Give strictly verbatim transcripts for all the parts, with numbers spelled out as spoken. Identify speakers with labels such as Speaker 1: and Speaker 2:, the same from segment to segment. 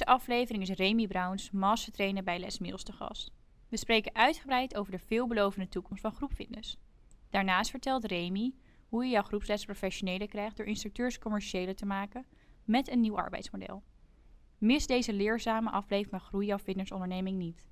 Speaker 1: deze aflevering is Remy Browns, mastertrainer bij Les Mills te gast. We spreken uitgebreid over de veelbelovende toekomst van groepfitness. Daarnaast vertelt Remy hoe je jouw groepsles professioneler krijgt door instructeurs commerciëler te maken met een nieuw arbeidsmodel. Mis deze leerzame aflevering van Groei jouw fitnessonderneming niet.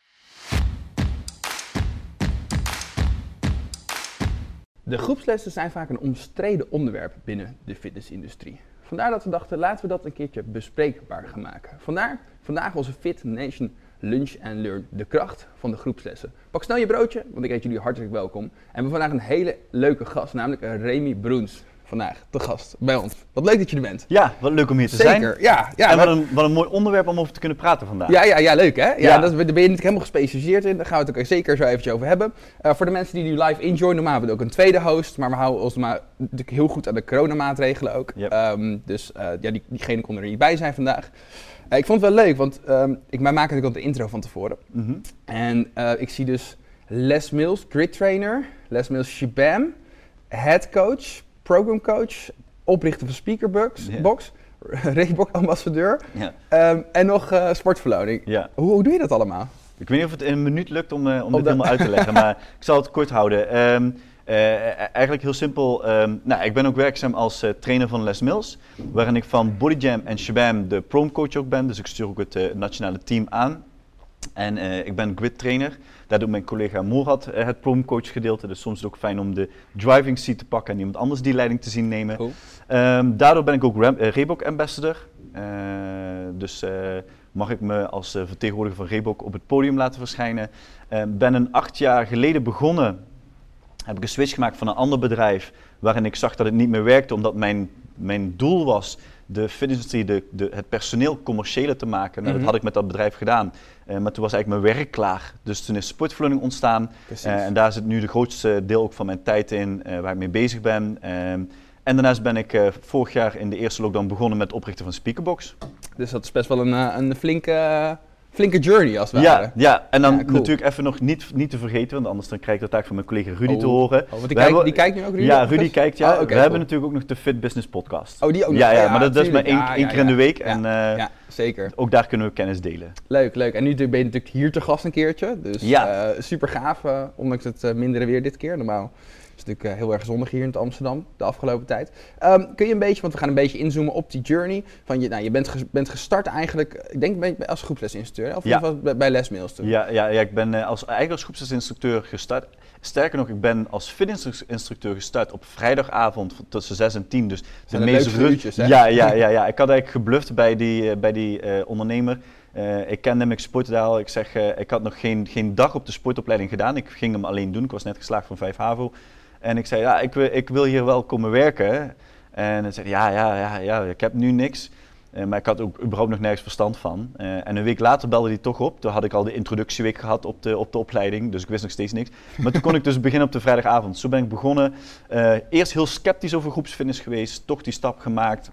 Speaker 2: De groepslessen zijn vaak een omstreden onderwerp binnen de fitnessindustrie. Vandaar dat we dachten, laten we dat een keertje bespreekbaar gaan maken. Vandaar vandaag onze Fit Nation Lunch and Learn, de kracht van de groepslessen. Pak snel je broodje, want ik heet jullie hartelijk welkom. En we hebben vandaag een hele leuke gast, namelijk Remy Browns. Vandaag te gast bij ons. Wat leuk dat je er bent.
Speaker 3: Ja, wat leuk om hier te
Speaker 2: Zeker.
Speaker 3: zijn.
Speaker 2: Zeker, ja. ja
Speaker 3: en
Speaker 2: maar...
Speaker 3: wat, een, wat een mooi onderwerp om over te kunnen praten vandaag.
Speaker 2: Ja, ja, ja leuk hè? Ja,
Speaker 3: Ja.
Speaker 2: Dat, daar ben je niet helemaal gespecialiseerd in. Daar gaan we het ook zeker zo eventjes over hebben. Uh, voor de mensen die nu live injoinen, normaal hebben we ook een tweede host. Maar we houden ons maar natuurlijk heel goed aan de coronamaatregelen ook.
Speaker 3: Yep.
Speaker 2: Um, dus uh, ja, die, diegene kon er niet bij zijn vandaag. Uh, ik vond het wel leuk, want um, ik maak natuurlijk al de intro van tevoren.
Speaker 3: Mm-hmm.
Speaker 2: En uh, ik zie dus Les Mills, grid trainer, Les Mills Shabam, head coach, program coach, oprichter van Speakerbox,
Speaker 3: Ja.
Speaker 2: Box, Reebok ambassadeur
Speaker 3: Ja.
Speaker 2: um, en nog uh, sportverloning.
Speaker 3: Ja.
Speaker 2: Hoe, hoe doe je dat allemaal?
Speaker 3: Ik weet niet of het in een minuut lukt om, uh, om dit
Speaker 2: de...
Speaker 3: helemaal uit te leggen, maar ik zal het kort houden. Um, uh, eigenlijk heel simpel. Um, nou, ik ben ook werkzaam als uh, trainer van Les Mills, waarin ik van Bodyjam en Shabam de promcoach ook ben. Dus ik stuur ook het uh, nationale team aan. En uh, ik ben grid trainer. Daar doet mijn collega Morad uh, het promcoach gedeelte. Dus soms is het ook fijn om de driving seat te pakken en iemand anders die leiding te zien nemen.
Speaker 2: Cool.
Speaker 3: Um, daardoor ben ik ook Ram- uh, Reebok ambassador. Uh, dus uh, mag ik me als uh, vertegenwoordiger van Reebok op het podium laten verschijnen. Uh, ben een acht jaar geleden begonnen. Heb ik een switch gemaakt van een ander bedrijf. Waarin ik zag dat het niet meer werkte. Omdat mijn, mijn doel was de fitnessindustrie, de, de, het personeel commerciëler te maken. Nou,
Speaker 2: Mm-hmm.
Speaker 3: dat had ik met dat bedrijf gedaan. Uh, maar toen was eigenlijk mijn werk klaar. Dus toen is sportverloning ontstaan. Uh, en daar zit nu de grootste deel ook van mijn tijd in, uh, waar ik mee bezig ben. Uh, en daarnaast ben ik uh, vorig jaar in de eerste lockdown begonnen met het oprichten van Speakerbox.
Speaker 2: Dus dat is best wel een, uh, een flinke, uh, flinke journey als het
Speaker 3: Ja,
Speaker 2: ware.
Speaker 3: ja, en dan
Speaker 2: Ja, cool.
Speaker 3: natuurlijk even nog niet, niet te vergeten, want anders dan krijg ik dat taak van mijn collega Rudy
Speaker 2: Oh.
Speaker 3: te horen.
Speaker 2: Oh, want die,
Speaker 3: We
Speaker 2: kijkt,
Speaker 3: hebben-
Speaker 2: die kijkt nu ook, Rudy?
Speaker 3: Ja, Rudy kijkt, ja.
Speaker 2: Oh, okay,
Speaker 3: We
Speaker 2: cool.
Speaker 3: hebben natuurlijk ook nog de Fit Business podcast.
Speaker 2: Oh, die ook nog?
Speaker 3: Ja, ja, maar dat, dat is maar
Speaker 2: tuurlijk.
Speaker 3: één,
Speaker 2: Ja,
Speaker 3: één
Speaker 2: ja,
Speaker 3: keer in de
Speaker 2: ja.
Speaker 3: week
Speaker 2: Ja,
Speaker 3: en uh,
Speaker 2: ja, zeker.
Speaker 3: ook daar kunnen we kennis delen.
Speaker 2: Leuk, leuk. En nu ben je natuurlijk hier te gast een keertje. Dus
Speaker 3: Ja.
Speaker 2: uh, super gaaf, uh, ondanks het uh, mindere weer dit keer. Normaal is het natuurlijk uh, heel erg zonnig hier in het Amsterdam de afgelopen tijd. Um, kun je een beetje, want we gaan een beetje inzoomen op die journey. Van je, nou, je bent, ges, bent gestart eigenlijk, ik denk bij, als groepslesinstructeur, of
Speaker 3: Ja.
Speaker 2: was bij, bij Les Mills toen?
Speaker 3: Ja, ja, ja ik ben uh, als, eigenlijk als groepsinstructeur gestart. Sterker nog, ik ben als fitinstructeur gestart op vrijdagavond tussen zes en tien. Dus de
Speaker 2: Zijn de
Speaker 3: meeste
Speaker 2: leukste
Speaker 3: rust-
Speaker 2: uurtjes, hè?
Speaker 3: Ja, ja, ja, ja, ik had eigenlijk gebluft bij die, uh, bij die uh, ondernemer. Uh, ik kende hem, ik sportte daar al. Ik zeg, uh, ik had nog geen, geen dag op de sportopleiding gedaan. Ik ging hem alleen doen. Ik was net geslaagd van vijf HAVO. En ik zei, ja, ik, ik wil hier wel komen werken. En hij zei, ja, ja, ja, ja, ik heb nu niks. Uh, maar ik had ook überhaupt nog nergens verstand van. Uh, en een week later belde hij toch op. Toen had ik al de introductieweek gehad op de, op de opleiding. Dus ik wist nog steeds niks. Maar toen kon ik dus beginnen op de vrijdagavond. Zo ben ik begonnen. Uh, eerst heel sceptisch over groepsfitness geweest. Toch die stap gemaakt.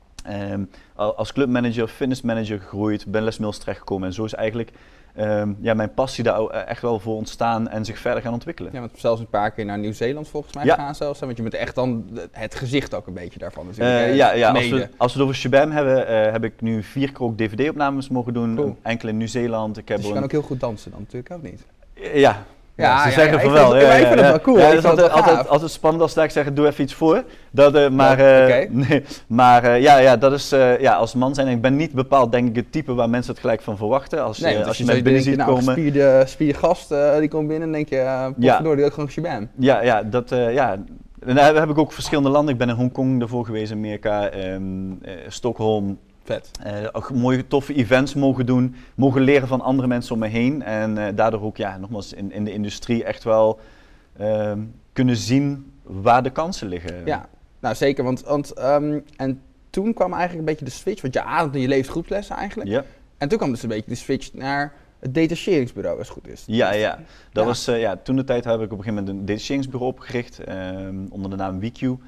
Speaker 3: Um, als clubmanager, fitnessmanager gegroeid. Ben Les Mills terechtgekomen. En zo is eigenlijk um, ja, mijn passie daar echt wel voor ontstaan. En zich verder gaan ontwikkelen.
Speaker 2: Ja, want zelfs een paar keer naar Nieuw-Zeeland volgens mij
Speaker 3: Ja.
Speaker 2: gegaan zelfs. Want je bent echt dan het gezicht ook een beetje daarvan. Dus
Speaker 3: Uh, ja, ja als, we, als we het over Shabam hebben, uh, heb ik nu vier keer ook D V D-opnames mogen doen.
Speaker 2: Cool.
Speaker 3: Enkel in Nieuw-Zeeland. Ik heb
Speaker 2: Dus je
Speaker 3: een,
Speaker 2: kan ook heel goed dansen dan natuurlijk, ook niet?
Speaker 3: Ja. Ja,
Speaker 2: Ja,
Speaker 3: ze
Speaker 2: ja,
Speaker 3: zeggen
Speaker 2: ja,
Speaker 3: van
Speaker 2: ik
Speaker 3: wel.
Speaker 2: vind-
Speaker 3: Ja,
Speaker 2: maar ik
Speaker 3: ja,
Speaker 2: vind het
Speaker 3: ja.
Speaker 2: wel cool.
Speaker 3: Ja,
Speaker 2: Ik
Speaker 3: het is
Speaker 2: vind het
Speaker 3: altijd,
Speaker 2: wel
Speaker 3: altijd,
Speaker 2: gaaf.
Speaker 3: altijd spannend als ik zeg, doe even iets voor. Dat, uh, maar uh,
Speaker 2: oké.
Speaker 3: nee, maar uh, ja, ja, dat is uh, ja, als man zijn. Ik ben niet bepaald denk ik het type waar mensen het gelijk van verwachten. Als,
Speaker 2: Nee,
Speaker 3: uh,
Speaker 2: want
Speaker 3: als je
Speaker 2: zo
Speaker 3: mij binnen
Speaker 2: denk
Speaker 3: ziet
Speaker 2: je, nou,
Speaker 3: komen.
Speaker 2: Gespierde, gespierde gast uh, die komt binnen en denk je, uh,
Speaker 3: Ja.
Speaker 2: door die ook gewoon Shabam.
Speaker 3: Ja, ja, dat, uh, ja. En daar heb ik ook verschillende landen. Ik ben in Hongkong daarvoor geweest, Amerika, um, uh, Stockholm.
Speaker 2: Vet.
Speaker 3: Uh, ook mooie, toffe events mogen doen, mogen leren van andere mensen om me heen. En uh, daardoor ook, ja, nogmaals, in, in de industrie echt wel uh, kunnen zien waar de kansen liggen.
Speaker 2: Ja, nou zeker, want, want um, en toen kwam eigenlijk een beetje de switch, want je ademt en je leeft groepslessen eigenlijk.
Speaker 3: Ja,
Speaker 2: En toen kwam dus een beetje de switch naar het detacheringsbureau, als het goed is.
Speaker 3: ja, ja. Dat
Speaker 2: Ja.
Speaker 3: was, uh, ja toen de tijd heb ik op een gegeven moment een detacheringsbureau opgericht, um, onder de naam W Q.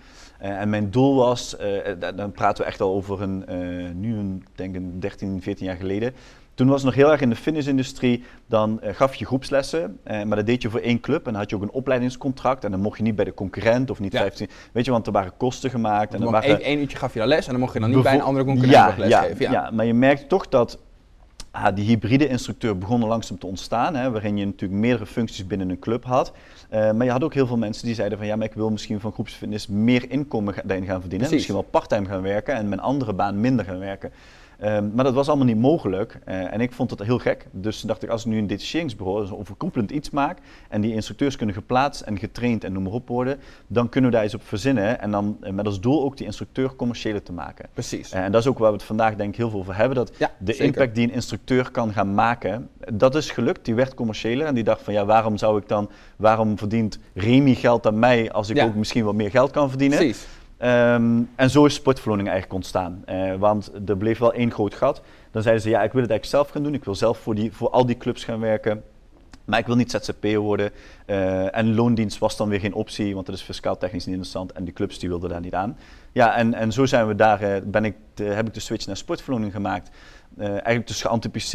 Speaker 3: Uh, en mijn doel was, uh, dan praten we echt al over een, uh, nu een, denk een dertien, veertien jaar geleden. Toen was het nog heel erg in de fitnessindustrie, dan uh, gaf je groepslessen, uh, maar dat deed je voor één club en dan had je ook een opleidingscontract en dan mocht je niet bij de concurrent of niet ja. vijftien, weet je, want er waren kosten gemaakt. En dan
Speaker 2: waren één, één uurtje gaf je dan les en dan mocht je dan niet bij een andere concurrent
Speaker 3: ja,
Speaker 2: les
Speaker 3: ja,
Speaker 2: geven. Ja.
Speaker 3: ja, maar je merkt toch dat ah, die hybride instructeur begon langzaam te ontstaan, hè, waarin je natuurlijk meerdere functies binnen een club had. Uh, maar je had ook heel veel mensen die zeiden van ja, maar ik wil misschien van groepsfitness meer inkomen daarin gaan verdienen. Misschien wel parttime gaan werken en mijn andere baan minder gaan werken. Um, maar dat was allemaal niet mogelijk uh, en ik vond het heel gek. Dus dacht ik, als ik nu een detacheringsbureau, dus overkoepelend iets maak en die instructeurs kunnen geplaatst en getraind en noem maar op worden, dan kunnen we daar iets op verzinnen en dan uh, met als doel ook die instructeur commerciëler te maken.
Speaker 2: Precies.
Speaker 3: Uh, en dat is ook waar we het vandaag denk ik heel veel over hebben, dat
Speaker 2: ja,
Speaker 3: de
Speaker 2: zeker.
Speaker 3: impact die een instructeur kan gaan maken, dat is gelukt. Die werd commerciëler en die dacht van ja, waarom zou ik dan, waarom verdient Remy geld aan mij als ik ja. ook misschien wat meer geld kan verdienen?
Speaker 2: Precies.
Speaker 3: Um, en zo is sportverloning eigenlijk ontstaan, uh, want er bleef wel één groot gat. Dan zeiden ze, ja, ik wil het eigenlijk zelf gaan doen, ik wil zelf voor, die, voor al die clubs gaan werken, maar ik wil niet Z Z P'er worden. Uh, en loondienst was dan weer geen optie, want dat is fiscaal technisch niet interessant en die clubs die wilden daar niet aan. Ja, en, en zo zijn we daar, uh, ben ik de, heb ik de switch naar sportverloning gemaakt. Uh, eigenlijk dus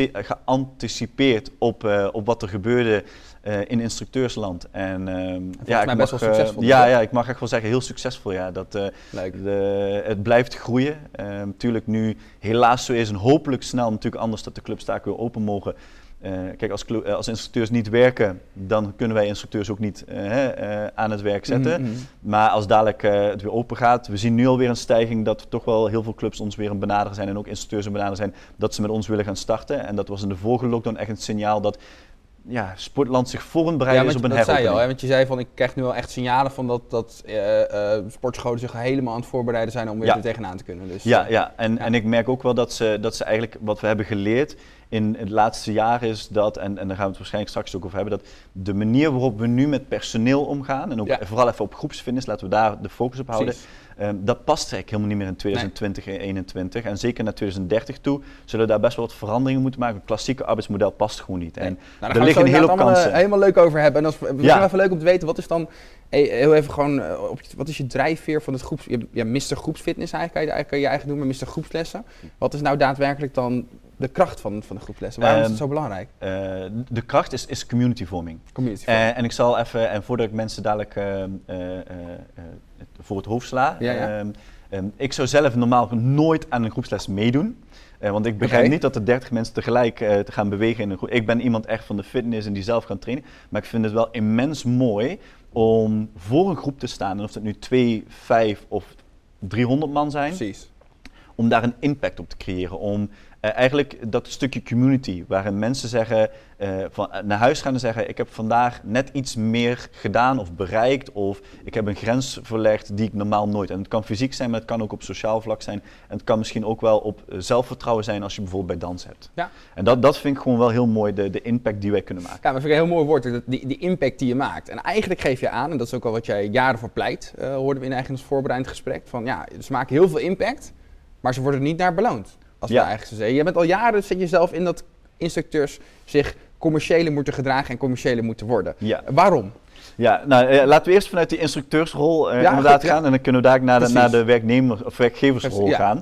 Speaker 3: geanticipeerd op, uh, op wat er gebeurde uh, in instructeursland. En, uh, en
Speaker 2: ja, mij best
Speaker 3: mag,
Speaker 2: wel succesvol.
Speaker 3: Uh, ja, ja, ik mag echt wel zeggen heel succesvol. Ja, dat, uh,
Speaker 2: Leuk.
Speaker 3: De, het blijft groeien. Natuurlijk uh, nu helaas zo is en hopelijk snel natuurlijk anders dat de clubs daar weer open mogen. Uh, kijk, als, uh, als instructeurs niet werken, dan kunnen wij instructeurs ook niet uh, uh, aan het werk zetten. Mm-hmm. Maar als dadelijk uh, het weer open gaat, we zien nu alweer een stijging dat toch wel heel veel clubs ons weer een benaderen zijn en ook instructeurs een benaderen zijn dat ze met ons willen gaan starten. En dat was in de vorige lockdown echt een signaal dat ja, sportland zich voor een bereiden
Speaker 2: ja,
Speaker 3: is op een
Speaker 2: dat
Speaker 3: heropening.
Speaker 2: Zei je al, hè? Want je zei van ik krijg nu wel echt signalen van dat, dat uh, uh, sportscholen zich helemaal aan het voorbereiden zijn om weer ja. er tegenaan te kunnen. Dus,
Speaker 3: ja, ja. En, ja, en ik merk ook wel dat ze, dat ze eigenlijk wat we hebben geleerd in het laatste jaar is dat, en, en daar gaan we het waarschijnlijk straks ook over hebben, dat de manier waarop we nu met personeel omgaan, en ook ja. vooral even op groepsfitness, laten we daar de focus op houden, um, dat past eigenlijk helemaal niet meer in twintig twintig en nee. eenentwintig. En zeker naar twintig dertig toe zullen we daar best wel wat veranderingen moeten maken. Het klassieke arbeidsmodel past gewoon niet.
Speaker 2: Nee.
Speaker 3: En
Speaker 2: nou,
Speaker 3: er liggen een hele hoop kansen.
Speaker 2: Helemaal leuk over hebben. En dat is ja. even leuk om te weten, wat is dan, heel even gewoon, op, wat is je drijfveer van het groeps, ja, mister Groepsfitness eigenlijk, kan je, eigenlijk kan je eigen noemen, mister Groepslessen. Wat is nou daadwerkelijk dan de kracht van, van de groepslessen? Waarom um, is het zo belangrijk?
Speaker 3: Uh, de kracht is, is communityvorming.
Speaker 2: Communityvorming.
Speaker 3: Uh, en ik zal even, en voordat ik mensen dadelijk uh, uh, uh, voor het hoofd sla,
Speaker 2: ja, ja.
Speaker 3: Um, um, ik zou zelf normaal nooit aan een groepsles meedoen. Uh, want ik begrijp okay. niet dat er dertig mensen tegelijk uh, te gaan bewegen in een groep. Ik ben iemand echt van de fitness en die zelf gaan trainen. Maar ik vind het wel immens mooi om voor een groep te staan. En of dat nu twee, vijf of driehonderd man zijn.
Speaker 2: Precies.
Speaker 3: Om daar een impact op te creëren. Om uh, eigenlijk dat stukje community, waarin mensen zeggen, uh, van, uh, naar huis gaan en zeggen, ik heb vandaag net iets meer gedaan of bereikt, of ik heb een grens verlegd die ik normaal nooit. En het kan fysiek zijn, maar het kan ook op sociaal vlak zijn. En het kan misschien ook wel op uh, zelfvertrouwen zijn als je bijvoorbeeld bij dans hebt. Ja. En dat, dat vind ik gewoon wel heel mooi, de, de impact die wij kunnen maken.
Speaker 2: Ja, maar vind ik een heel mooi woord, die, die impact die je maakt. En eigenlijk geef je aan, en dat is ook al wat jij jaren voor pleit, uh, hoorden we in eigenlijk ons voorbereidend gesprek, van ja, ze maken heel veel impact, maar ze worden niet naar beloond. Als ja. we eigenlijk zo zeggen. Je bent al jaren, zet jezelf in dat instructeurs zich commerciëler moeten gedragen en commerciëler moeten worden. Ja. Waarom?
Speaker 3: Ja, nou uh, laten we eerst vanuit die instructeursrol uh, ja, inderdaad goed, gaan ja. en dan kunnen we daar naar de, naar de werknemer of werkgeversrol ja. gaan.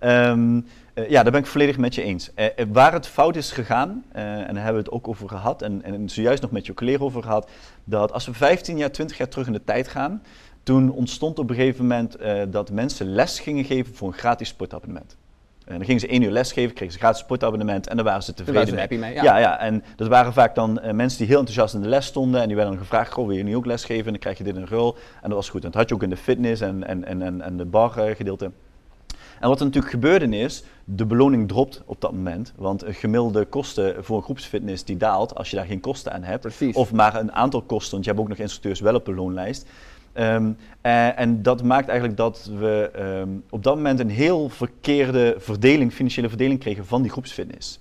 Speaker 3: Um, uh, ja, daar ben ik volledig met je eens. Uh, waar het fout is gegaan, uh, en daar hebben we het ook over gehad en, en zojuist nog met je collega over gehad, dat als we vijftien jaar, twintig jaar terug in de tijd gaan, toen ontstond op een gegeven moment uh, dat mensen les gingen geven voor een gratis sportabonnement. En dan gingen ze één uur lesgeven, kregen ze een gratis sportabonnement en daar waren ze tevreden
Speaker 2: ze
Speaker 3: mee.
Speaker 2: Happy mee ja.
Speaker 3: Ja, ja, en dat waren vaak dan uh, mensen die heel enthousiast in de les stonden en die werden dan gevraagd, goh, wil je nu ook lesgeven? En dan krijg je dit in een rol. En dat was goed. En dat had je ook in de fitness en, en, en, en de bar uh, gedeelte. En wat er natuurlijk gebeurde is, de beloning dropt op dat moment, want gemiddelde kosten voor een groepsfitness die daalt als je daar geen kosten aan hebt.
Speaker 2: Precies.
Speaker 3: Of maar een aantal kosten, want je hebt ook nog instructeurs wel op de loonlijst. Um, uh, en dat maakt eigenlijk dat we um, op dat moment een heel verkeerde verdeling, financiële verdeling kregen van die groepsfitness.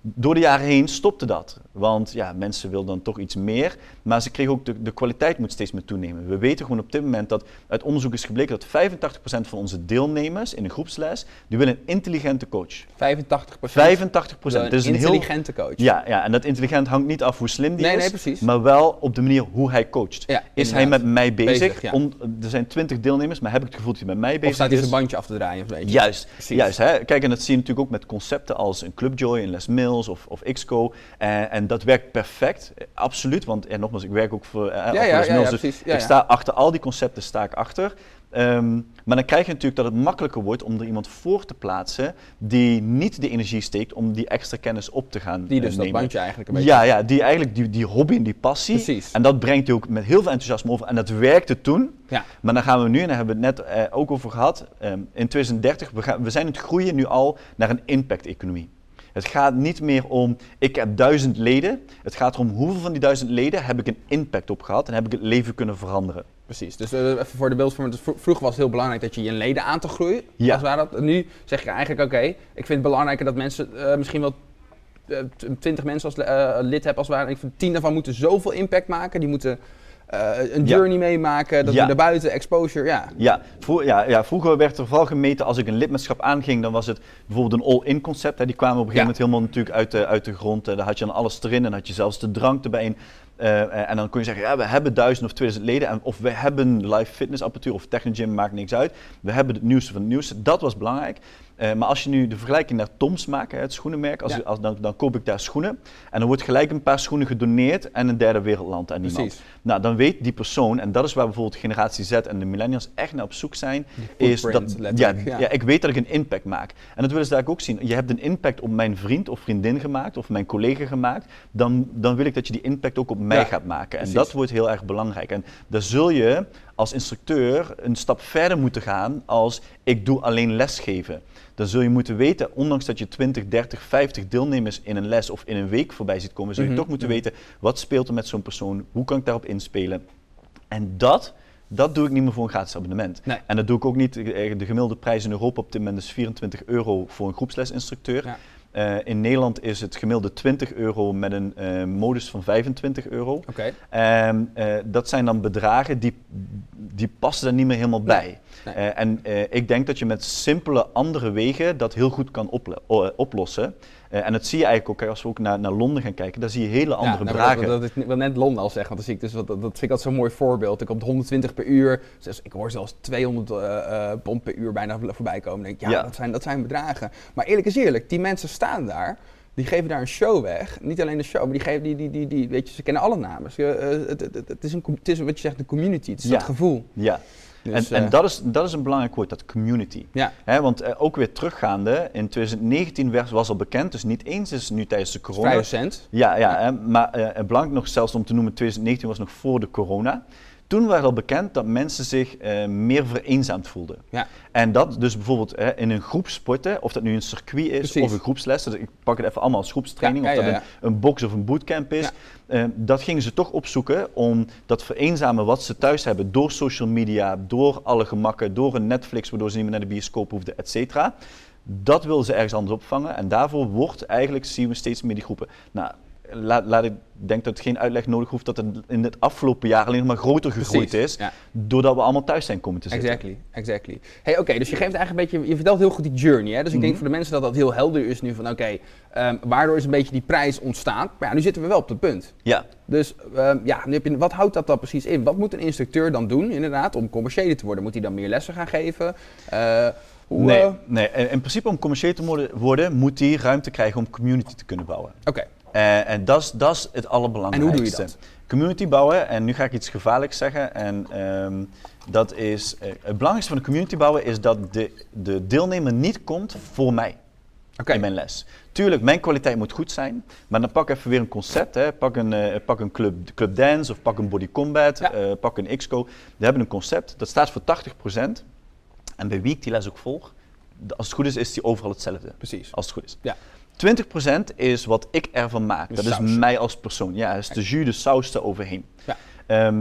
Speaker 3: Door de jaren heen stopte dat. Want ja, mensen wilden dan toch iets meer. Maar ze kregen ook, de, de kwaliteit moet steeds meer toenemen. We weten gewoon op dit moment dat uit onderzoek is gebleken dat vijfentachtig procent van onze deelnemers in een groepsles, die willen een intelligente coach.
Speaker 2: vijfentachtig procent?
Speaker 3: vijfentachtig procent.
Speaker 2: Een
Speaker 3: dus een
Speaker 2: intelligente
Speaker 3: heel,
Speaker 2: coach.
Speaker 3: Ja, ja, en dat intelligent hangt niet af hoe slim die
Speaker 2: nee,
Speaker 3: is,
Speaker 2: nee, precies.
Speaker 3: maar wel op de manier hoe hij coacht.
Speaker 2: Ja,
Speaker 3: is hij met mij bezig?
Speaker 2: bezig ja.
Speaker 3: Om, er zijn twintig deelnemers, maar heb ik het gevoel dat hij met mij bezig is?
Speaker 2: Of staat hij zijn bandje af te draaien? Of weet je?
Speaker 3: Juist,
Speaker 2: Precies.
Speaker 3: juist hè? Kijk, en dat zie je natuurlijk ook met concepten als een Clubjoy, een Les Mills of, of X C O. En, en dat werkt perfect, absoluut. Want en nogmaals, ik werk ook voor, eh,
Speaker 2: ja,
Speaker 3: voor
Speaker 2: ja,
Speaker 3: Les
Speaker 2: ja,
Speaker 3: Mills.
Speaker 2: ja,
Speaker 3: Dus
Speaker 2: precies. Ja,
Speaker 3: ik
Speaker 2: ja.
Speaker 3: sta achter al die concepten, sta ik achter. Um, maar dan krijg je natuurlijk dat het makkelijker wordt om er iemand voor te plaatsen die niet de energie steekt om die extra kennis op te gaan
Speaker 2: Die dus
Speaker 3: uh,
Speaker 2: dat
Speaker 3: nemen.
Speaker 2: bandje eigenlijk een beetje...
Speaker 3: Ja, ja, die eigenlijk die, die hobby en die passie.
Speaker 2: Precies.
Speaker 3: En dat brengt hij ook met heel veel enthousiasme over. En dat werkte toen.
Speaker 2: Ja.
Speaker 3: Maar dan gaan we nu, en daar hebben we het net uh, ook over gehad, um, in twintig dertig, we, gaan, we zijn het groeien nu al naar een impact-economie. Het gaat niet meer om, ik heb duizend leden. Het gaat erom hoeveel van die duizend leden heb ik een impact op gehad en heb ik het leven kunnen veranderen.
Speaker 2: Precies, dus uh, even voor de beeldvorming. Dus vroeger was het heel belangrijk dat je je leden aan te groeien.
Speaker 3: Ja.
Speaker 2: Als dat. Nu zeg je eigenlijk, oké, okay, ik vind het belangrijker dat mensen uh, misschien wel uh, twintig mensen als uh, lid hebben als het ware. Ik vind tien daarvan moeten zoveel impact maken. Die moeten uh, een journey ja. meemaken, dat ja. we naar buiten, exposure, ja.
Speaker 3: Ja, vro ja, ja, vroeger werd er vooral gemeten als ik een lidmaatschap aanging, dan was het bijvoorbeeld een all-in concept. Hè. Die kwamen op een gegeven ja. moment helemaal natuurlijk uit de, uit de grond. Uh, daar had je dan alles erin en had je zelfs de drank erbij in. Uh, en dan kun je zeggen, ja, we hebben duizend of tweeduizend leden, en, of we hebben live fitness apparatuur of Technogym, maakt niks uit. We hebben het nieuwste van het nieuwste, dat was belangrijk. Uh, maar als je nu de vergelijking naar Toms maakt, hè, het schoenenmerk, als, ja. als, dan, dan koop ik daar schoenen en dan wordt gelijk een paar schoenen gedoneerd aan een derde wereldland aan iemand.
Speaker 2: Precies.
Speaker 3: Nou, dan weet die persoon, en dat is waar bijvoorbeeld generatie Z en de millennials echt naar op zoek zijn, is dat, ja, ja. ja, ik weet dat ik een impact maak. En dat willen ze daar ook zien. Je hebt een impact op mijn vriend of vriendin gemaakt, of mijn collega gemaakt, dan, dan wil ik dat je die impact ook op mij ja. gaat maken. En Precies. dat wordt heel erg belangrijk. En daar zul je als instructeur een stap verder moeten gaan als ik doe alleen lesgeven. Dan zul je moeten weten, ondanks dat je twintig, dertig, vijftig deelnemers in een les of in een week voorbij ziet komen, zul je mm-hmm. toch moeten weten, wat speelt er met zo'n persoon, hoe kan ik daarop inspelen. En dat, dat doe ik niet meer voor een gratis abonnement. Nee. En dat doe ik ook niet, de gemiddelde prijs in Europa op dit moment is vierentwintig euro voor een groepslesinstructeur. Ja. Uh, in Nederland is het gemiddelde twintig euro met een uh, modus van vijfentwintig euro.
Speaker 2: Okay.
Speaker 3: Um, uh, dat zijn dan bedragen die, die passen er niet meer helemaal bij. Nee. Nee. Uh, en uh, ik denk dat je met simpele andere wegen dat heel goed kan oplo uh, oplossen. Uh, en dat zie je eigenlijk ook, als we ook naar, naar Londen gaan kijken, daar zie je hele andere ja, nou, bedragen.
Speaker 2: Dat, dat, ik wil net Londen al zeggen, want dat, zie ik dus, dat, dat vind ik altijd zo'n mooi voorbeeld. Ik op honderdtwintig per uur, dus ik hoor zelfs tweehonderd uh, uh, pond per uur bijna voorbij komen. Dan denk ik, ja, ja. Dat, zijn, dat zijn bedragen. Maar eerlijk is eerlijk, die mensen staan daar, die geven daar een show weg. Niet alleen de show, maar die geven, die, die, die, die, weet je, ze kennen alle namen. Uh, het, het, het, het, is een, het is wat je zegt, de community, het is ja. dat gevoel.
Speaker 3: Ja. Dus, en, en dat, is, dat is een belangrijk woord, dat community. Ja. He, want uh, ook weer teruggaande, in twintig negentien was, was al bekend, dus niet eens is nu tijdens de corona.
Speaker 2: Vrij recent.
Speaker 3: Ja, ja, ja. He, maar uh, belangrijk nog zelfs om te noemen, twintig negentien was nog voor de corona. Toen werd al bekend dat mensen zich uh, meer vereenzaamd voelden. Ja. En dat dus bijvoorbeeld hè, in een groep sporten, of dat nu een circuit is Precies. of een groepsles, dus ik pak het even allemaal als groepstraining, ja, ja, ja, ja. of dat een, een box of een bootcamp is. Ja. Uh, dat gingen ze toch opzoeken om dat vereenzamen wat ze thuis hebben door social media, door alle gemakken, door een Netflix waardoor ze niet meer naar de bioscoop hoefden, et cetera. Dat willen ze ergens anders opvangen en daarvoor wordt eigenlijk, zien we steeds meer die groepen. Nou, Laat, laat ik denk dat het geen uitleg nodig hoeft dat het in het afgelopen jaar alleen nog maar groter gegroeid Precies, is, ja. doordat we allemaal thuis zijn komen te zitten.
Speaker 2: Exactly, exactly. Hey, oké, okay, dus je geeft eigenlijk een beetje, je vertelt heel goed die journey, hè? Dus ik mm-hmm. denk voor de mensen dat dat heel helder is nu van oké, okay, um, waardoor is een beetje die prijs ontstaan, maar ja, nu zitten we wel op het punt. Ja. Dus um, ja, nu heb je, wat houdt dat dan precies in? Wat moet een instructeur dan doen inderdaad om commerciëler te worden? Moet hij dan meer lessen gaan geven? Uh, hoe,
Speaker 3: nee,
Speaker 2: uh...
Speaker 3: nee, in principe om commerciële te worden moet hij ruimte krijgen om community te kunnen bouwen.
Speaker 2: Oké. Okay.
Speaker 3: Uh, en dat is het allerbelangrijkste.
Speaker 2: En hoe doe je dat?
Speaker 3: Community bouwen, en nu ga ik iets gevaarlijks zeggen. En um, dat is, uh, het belangrijkste van de community bouwen is dat de, de deelnemer niet komt voor mij okay. in mijn les. Tuurlijk, mijn kwaliteit moet goed zijn, maar dan pak even weer een concept. Hè. Pak een, uh, pak een club, club dance of pak een body combat, ja. uh, pak een X C O. We hebben een concept, dat staat voor tachtig procent. En bij wie ik die les ook volg, als het goed is, is die overal hetzelfde.
Speaker 2: Precies.
Speaker 3: Als het goed is.
Speaker 2: Ja.
Speaker 3: twintig procent is wat ik ervan maak.
Speaker 2: De
Speaker 3: dat
Speaker 2: saus.
Speaker 3: is mij als persoon. Ja, dat is de jus, de saus eroverheen. Ja. Um,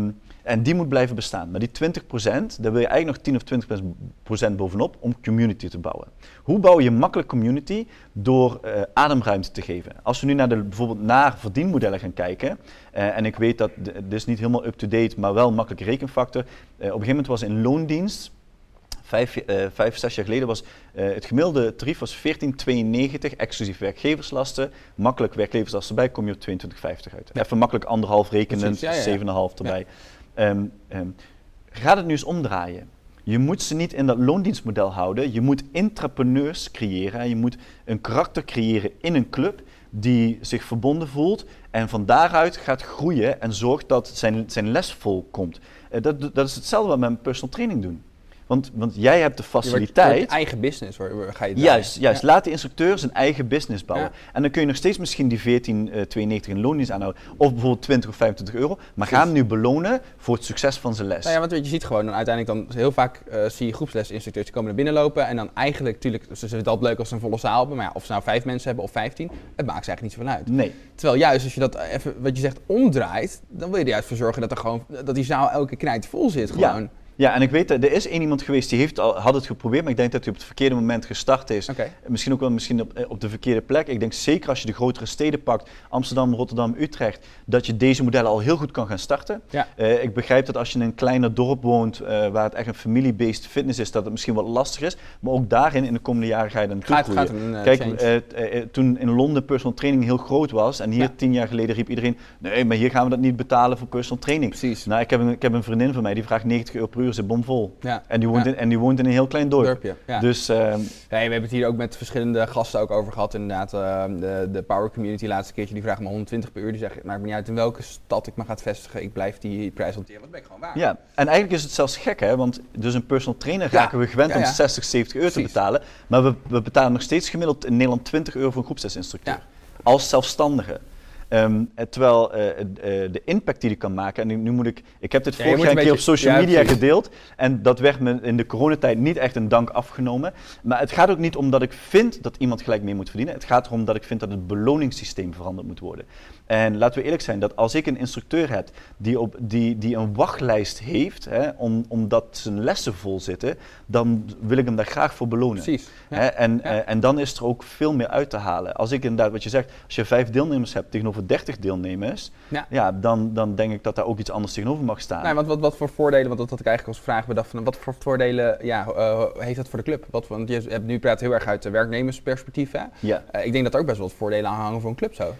Speaker 3: en die moet blijven bestaan. Maar die twintig procent, daar wil je eigenlijk nog tien of twintig procent bovenop om community te bouwen. Hoe bouw je makkelijk community? Door uh, ademruimte te geven. Als we nu naar de, bijvoorbeeld naar verdienmodellen gaan kijken, uh, en ik weet dat, dit is niet helemaal up-to-date, maar wel een makkelijke rekenfactor. Uh, op een gegeven moment was in loondienst, Vijf, uh, vijf, zes jaar geleden was uh, het gemiddelde tarief was veertien tweeënnegentig, exclusief werkgeverslasten. Makkelijk werkleverslasten erbij, kom je op tweeëntwintig vijftig uit. Ja. Even makkelijk anderhalf rekenen, ja, ja, ja. zeven komma vijf erbij. Ja. Um, um, gaat het nu eens omdraaien? Je moet ze niet in dat loondienstmodel houden. Je moet intrapreneurs creëren. Je moet een karakter creëren in een club die zich verbonden voelt en van daaruit gaat groeien en zorgt dat zijn, zijn les vol komt. Uh, dat, dat is hetzelfde wat we met personal training doen. Want, want jij hebt de faciliteit.
Speaker 2: Je wordt, je eigen business hoor, ga je
Speaker 3: Juist, juist. Ja. Laat de instructeur zijn eigen business bouwen. Ja. En dan kun je nog steeds misschien die veertien tweeënnegentig in loondienst aanhouden. Of bijvoorbeeld twintig of vijfentwintig euro. Maar ga hem nu belonen voor het succes van zijn les.
Speaker 2: Nou ja, want weet je, je ziet gewoon dan uiteindelijk dan heel vaak uh, zie je groepslesinstructeurs die komen naar binnen lopen. En dan eigenlijk, natuurlijk, ze vinden het altijd leuk als ze een volle zaal hebben. Maar ja, of ze nou vijf mensen hebben of vijftien, het maakt ze eigenlijk niet zoveel uit.
Speaker 3: Nee.
Speaker 2: Terwijl juist als je dat even, wat je zegt, omdraait, dan wil je er juist voor zorgen dat er gewoon, dat die zaal elke knijt vol zit gewoon.
Speaker 3: Ja. Ja, en ik weet dat er is één iemand geweest die heeft al, had het geprobeerd, maar ik denk dat hij op het verkeerde moment gestart is. Okay. Misschien ook wel misschien op, op de verkeerde plek. Ik denk zeker als je de grotere steden pakt, Amsterdam, Rotterdam, Utrecht, dat je deze modellen al heel goed kan gaan starten. Ja. Uh, ik begrijp dat als je in een kleiner dorp woont, uh, waar het echt een familie-based fitness is, dat het misschien wat lastig is. Maar ook daarin in de komende jaren ga je dan naartoe groeien. Gaat een, uh, Kijk, uh, uh, toen in Londen personal training heel groot was en hier ja. tien jaar geleden riep iedereen, nee, maar hier gaan we dat niet betalen voor personal training.
Speaker 2: Precies.
Speaker 3: Nou, ik heb, een, ik heb een vriendin van mij die vraagt negentig euro per uur, zit bomvol.
Speaker 2: Ja.
Speaker 3: En, die woont ja. in, en die woont in een heel klein dorp.
Speaker 2: Dorpje, ja.
Speaker 3: Dus, uh,
Speaker 2: ja, we hebben het hier ook met verschillende gasten ook over gehad. Inderdaad, uh, de, de Power Community laatste keertje, die vraagt me honderdtwintig per uur. Die zegt, het maakt me niet uit in welke stad ik me ga vestigen. Ik blijf die prijs hanteren, want dat ben ik gewoon waar.
Speaker 3: Ja, en eigenlijk is het zelfs gek, hè? Want dus een personal trainer ja. raken we gewend ja, ja. om zestig, zeventig euro Precies. te betalen. Maar we, we betalen nog steeds gemiddeld in Nederland twintig euro voor een groepslesinstructeur. Ja. Als zelfstandige. Um, terwijl uh, uh, de impact die die kan maken, en nu, nu moet ik, ik heb dit ja, vorig jaar een keer op social ja, media precies. gedeeld en dat werd me in de coronatijd niet echt een dank afgenomen. Maar het gaat ook niet om dat ik vind dat iemand gelijk meer moet verdienen, het gaat erom dat ik vind dat het beloningssysteem veranderd moet worden. En laten we eerlijk zijn, dat als ik een instructeur heb die, op, die, die een wachtlijst heeft, hè, om, omdat zijn lessen vol zitten, dan wil ik hem daar graag voor belonen.
Speaker 2: Precies. Ja.
Speaker 3: Hè, en,
Speaker 2: ja.
Speaker 3: uh, en dan is er ook veel meer uit te halen. Als ik inderdaad, wat je zegt, als je vijf deelnemers hebt tegenover dertig deelnemers, ja. Ja, dan, dan denk ik dat daar ook iets anders tegenover mag staan.
Speaker 2: Nee, want wat, wat voor voordelen, want dat had ik eigenlijk als vraag bedacht, van, wat voor voordelen ja, uh, heeft dat voor de club? Wat, want je hebt nu praat heel erg uit de werknemersperspectief. Hè?
Speaker 3: Ja.
Speaker 2: Uh, ik denk dat er ook best wel wat voordelen aan hangen voor een club zo.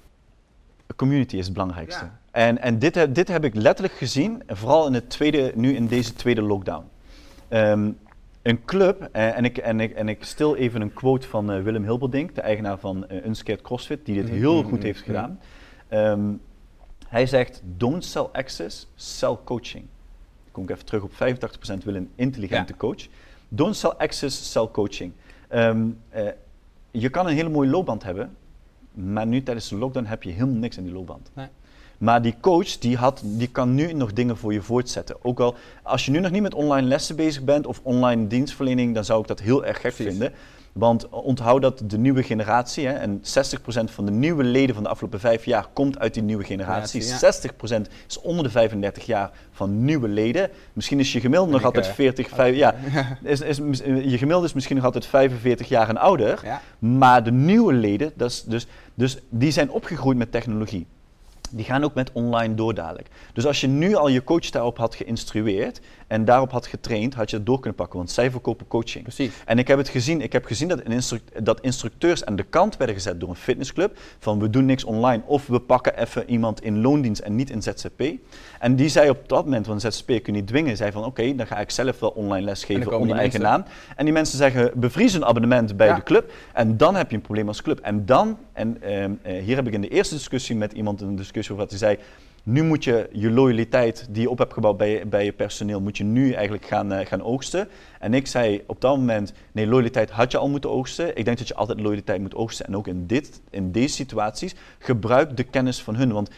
Speaker 3: Community is het belangrijkste.
Speaker 2: Ja.
Speaker 3: En, en dit, heb, dit heb ik letterlijk gezien, vooral in het tweede, nu in deze tweede lockdown. Um, een club, en ik, en, ik, en ik stil even een quote van uh, Willem Hilberdink, de eigenaar van uh, Unscared CrossFit, die dit heel goed heeft gedaan. Um, hij zegt, don't sell access, sell coaching. Dan kom ik even terug op vijfentachtig procent wil een intelligente ja. coach. Don't sell access, sell coaching. Um, uh, je kan een hele mooie loopband hebben, maar nu tijdens de lockdown heb je helemaal niks aan die loopband. Nee. Maar die coach die had, die kan nu nog dingen voor je voortzetten. Ook al als je nu nog niet met online lessen bezig bent of online dienstverlening, dan zou ik dat heel erg gek Precies. vinden. Want onthoud dat de nieuwe generatie, hè, en zestig procent van de nieuwe leden van de afgelopen vijf jaar komt uit die nieuwe generatie. Ja, ja. zestig procent is onder de vijfendertig jaar van nieuwe leden. Misschien is je gemiddelde nog altijd veertig, vijf, ja, is, is, je gemiddelde is misschien nog altijd vijfenveertig jaar en ouder. Ja. Maar de nieuwe leden, dat is dus, dus die zijn opgegroeid met technologie. Die gaan ook met online door dadelijk. Dus als je nu al je coach daarop had geïnstrueerd en daarop had getraind, had je het door kunnen pakken, want zij verkopen coaching.
Speaker 2: Precies.
Speaker 3: En ik heb het gezien, ik heb gezien dat, een instru- dat instructeurs aan de kant werden gezet door een fitnessclub, van we doen niks online of we pakken even iemand in loondienst en niet in Z Z P. En die zei op dat moment, want Z Z P kun je niet dwingen, zei van oké, okay, dan ga ik zelf wel online lesgeven onder eigen naam. En die mensen zeggen, bevries een abonnement bij ja. de club en dan heb je een probleem als club. En dan, en uh, uh, hier heb ik in de eerste discussie met iemand een discussie over wat hij zei, nu moet je je loyaliteit die je op hebt gebouwd bij je, bij je personeel, moet je nu eigenlijk gaan, uh, gaan oogsten. En ik zei op dat moment, nee, loyaliteit had je al moeten oogsten. Ik denk dat je altijd loyaliteit moet oogsten. En ook in, dit, in deze situaties, gebruik de kennis van hun. Want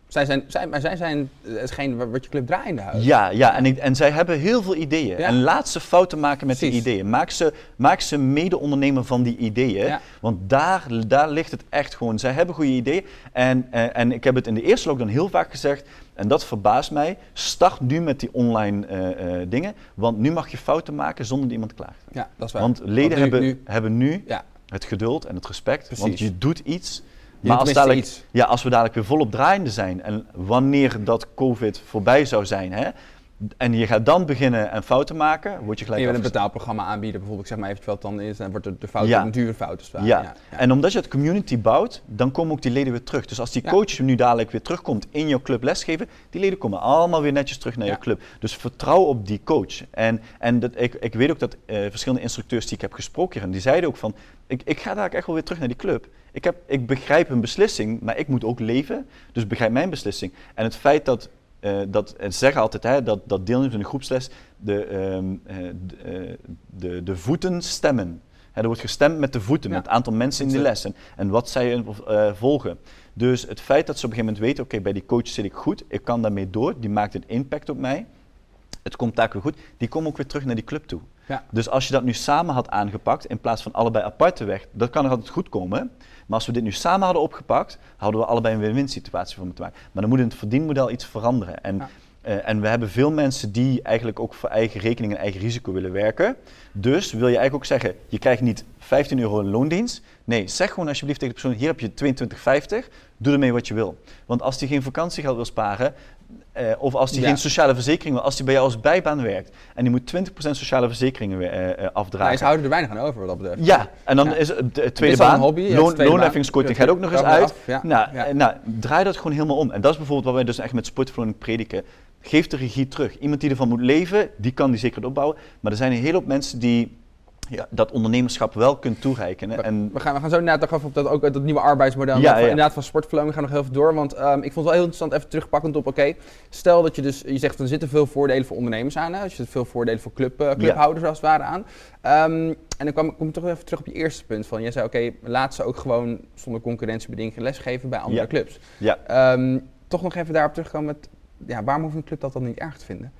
Speaker 2: Zij zijn, zij, maar zij zijn hetgeen wat je club draaiende houdt.
Speaker 3: Ja, ja. En, ik, en zij hebben heel veel ideeën. Ja. En laat ze fouten maken met
Speaker 2: Precies.
Speaker 3: die ideeën. Maak ze, maak ze mede-ondernemer van die ideeën. Ja. Want daar, daar ligt het echt gewoon. Zij hebben goede ideeën. En, en, en ik heb het in de eerste lockdown heel vaak gezegd. En dat verbaast mij. Start nu met die online uh, uh, dingen. Want nu mag je fouten maken zonder dat iemand klaagt.
Speaker 2: Ja, dat is waar.
Speaker 3: Want leden
Speaker 2: nu,
Speaker 3: hebben
Speaker 2: nu,
Speaker 3: hebben nu
Speaker 2: ja.
Speaker 3: het geduld en het respect.
Speaker 2: Precies.
Speaker 3: Want je doet iets.
Speaker 2: Je
Speaker 3: Maar als, dadelijk,
Speaker 2: iets.
Speaker 3: ja, als we dadelijk weer volop draaiende zijn en wanneer dat COVID voorbij zou zijn, hè, en je gaat dan beginnen en fouten maken, word je gelijk.
Speaker 2: En je wil een betaalprogramma aanbieden, bijvoorbeeld, ik zeg maar even wat dan is, en wordt de, de fout
Speaker 3: ja.
Speaker 2: een dure fout. Dus
Speaker 3: ja.
Speaker 2: ja. Ja, ja.
Speaker 3: En omdat je het community bouwt, dan komen ook die leden weer terug. Dus als die
Speaker 2: ja.
Speaker 3: coach nu dadelijk weer terugkomt in jouw club lesgeven, die leden komen allemaal weer netjes terug naar
Speaker 2: ja.
Speaker 3: je club. Dus vertrouw op die coach. En, en dat, ik, ik weet ook dat uh, verschillende instructeurs die ik heb gesproken, en die zeiden ook van, ik, ik ga dadelijk echt wel weer terug naar die club. Ik, heb, ik begrijp hun beslissing, maar ik moet ook leven, dus begrijp mijn beslissing. En het feit dat, uh, dat en ze zeggen altijd hè, dat, dat deelnemers in de groepsles de, um, uh, de, uh, de, de voeten stemmen. Hè, er wordt gestemd met de voeten, ja. met het aantal mensen in de les en, en wat zij uh, volgen. Dus het feit dat ze op een gegeven moment weten, oké, okay, bij die coach zit ik goed, ik kan daarmee door, die maakt een impact op mij. Het komt daar weer goed, die komen ook weer terug naar die club toe. Ja. Dus als je dat nu samen had aangepakt, in plaats van allebei apart weg, dat kan er altijd goed komen. Maar als we dit nu samen hadden opgepakt, hadden we allebei een win-win situatie voor moeten maken. Maar dan moet in het verdienmodel iets veranderen. En, ja. uh, en we hebben veel mensen die eigenlijk ook voor eigen rekening en eigen risico willen werken. Dus wil je eigenlijk ook zeggen, je krijgt niet vijftien euro in loondienst. Nee, zeg gewoon alsjeblieft tegen de persoon, hier heb je tweeëntwintig vijftig, doe ermee wat je wil. Want als die geen vakantiegeld wil sparen, Uh, of als die ja. geen sociale verzekering wil, als die bij jou als bijbaan werkt en die moet twintig procent sociale verzekeringen weer uh, uh, afdragen.
Speaker 2: Ja, ze houden er weinig aan over wat dat betreft.
Speaker 3: Ja, en dan ja. is het de tweede
Speaker 2: is
Speaker 3: baan,
Speaker 2: hobby,
Speaker 3: loon, loonheffingskorting gaat ook nog eens uit. Ja. Nou, ja. uh, nou, draai dat gewoon helemaal om. En dat is bijvoorbeeld wat wij dus echt met sportverloning prediken. Geef de regie terug. Iemand die ervan moet leven, die kan die zeker opbouwen. Maar er zijn een hele hoop mensen die ja, dat ondernemerschap wel kunt toereiken.
Speaker 2: We,
Speaker 3: en
Speaker 2: we, gaan, we gaan zo inderdaad nog even op dat, ook, dat nieuwe arbeidsmodel ja, van, ja. inderdaad van sportverloning gaan we nog even door. Want um, ik vond het wel heel interessant, even terugpakkend op, oké, okay, stel dat je dus, je zegt er zitten veel voordelen voor ondernemers aan, hè? Er zitten veel voordelen voor club, uh, clubhouders ja. als het ware aan. Um, en dan kwam, kom ik toch even terug op je eerste punt van, jij zei oké, okay, laat ze ook gewoon zonder concurrentiebedingingen lesgeven bij andere
Speaker 3: ja.
Speaker 2: clubs.
Speaker 3: Ja.
Speaker 2: Um, toch nog even daarop terugkomen met, ja, waarom hoeft een club dat dan niet erg te vinden?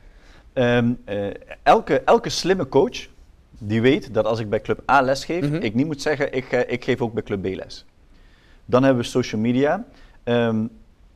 Speaker 3: Um, uh, elke, elke slimme coach die weet dat als ik bij club A les geef, mm-hmm. ik niet moet zeggen, ik, uh, ik geef ook bij club B les. Dan hebben we social media. Um,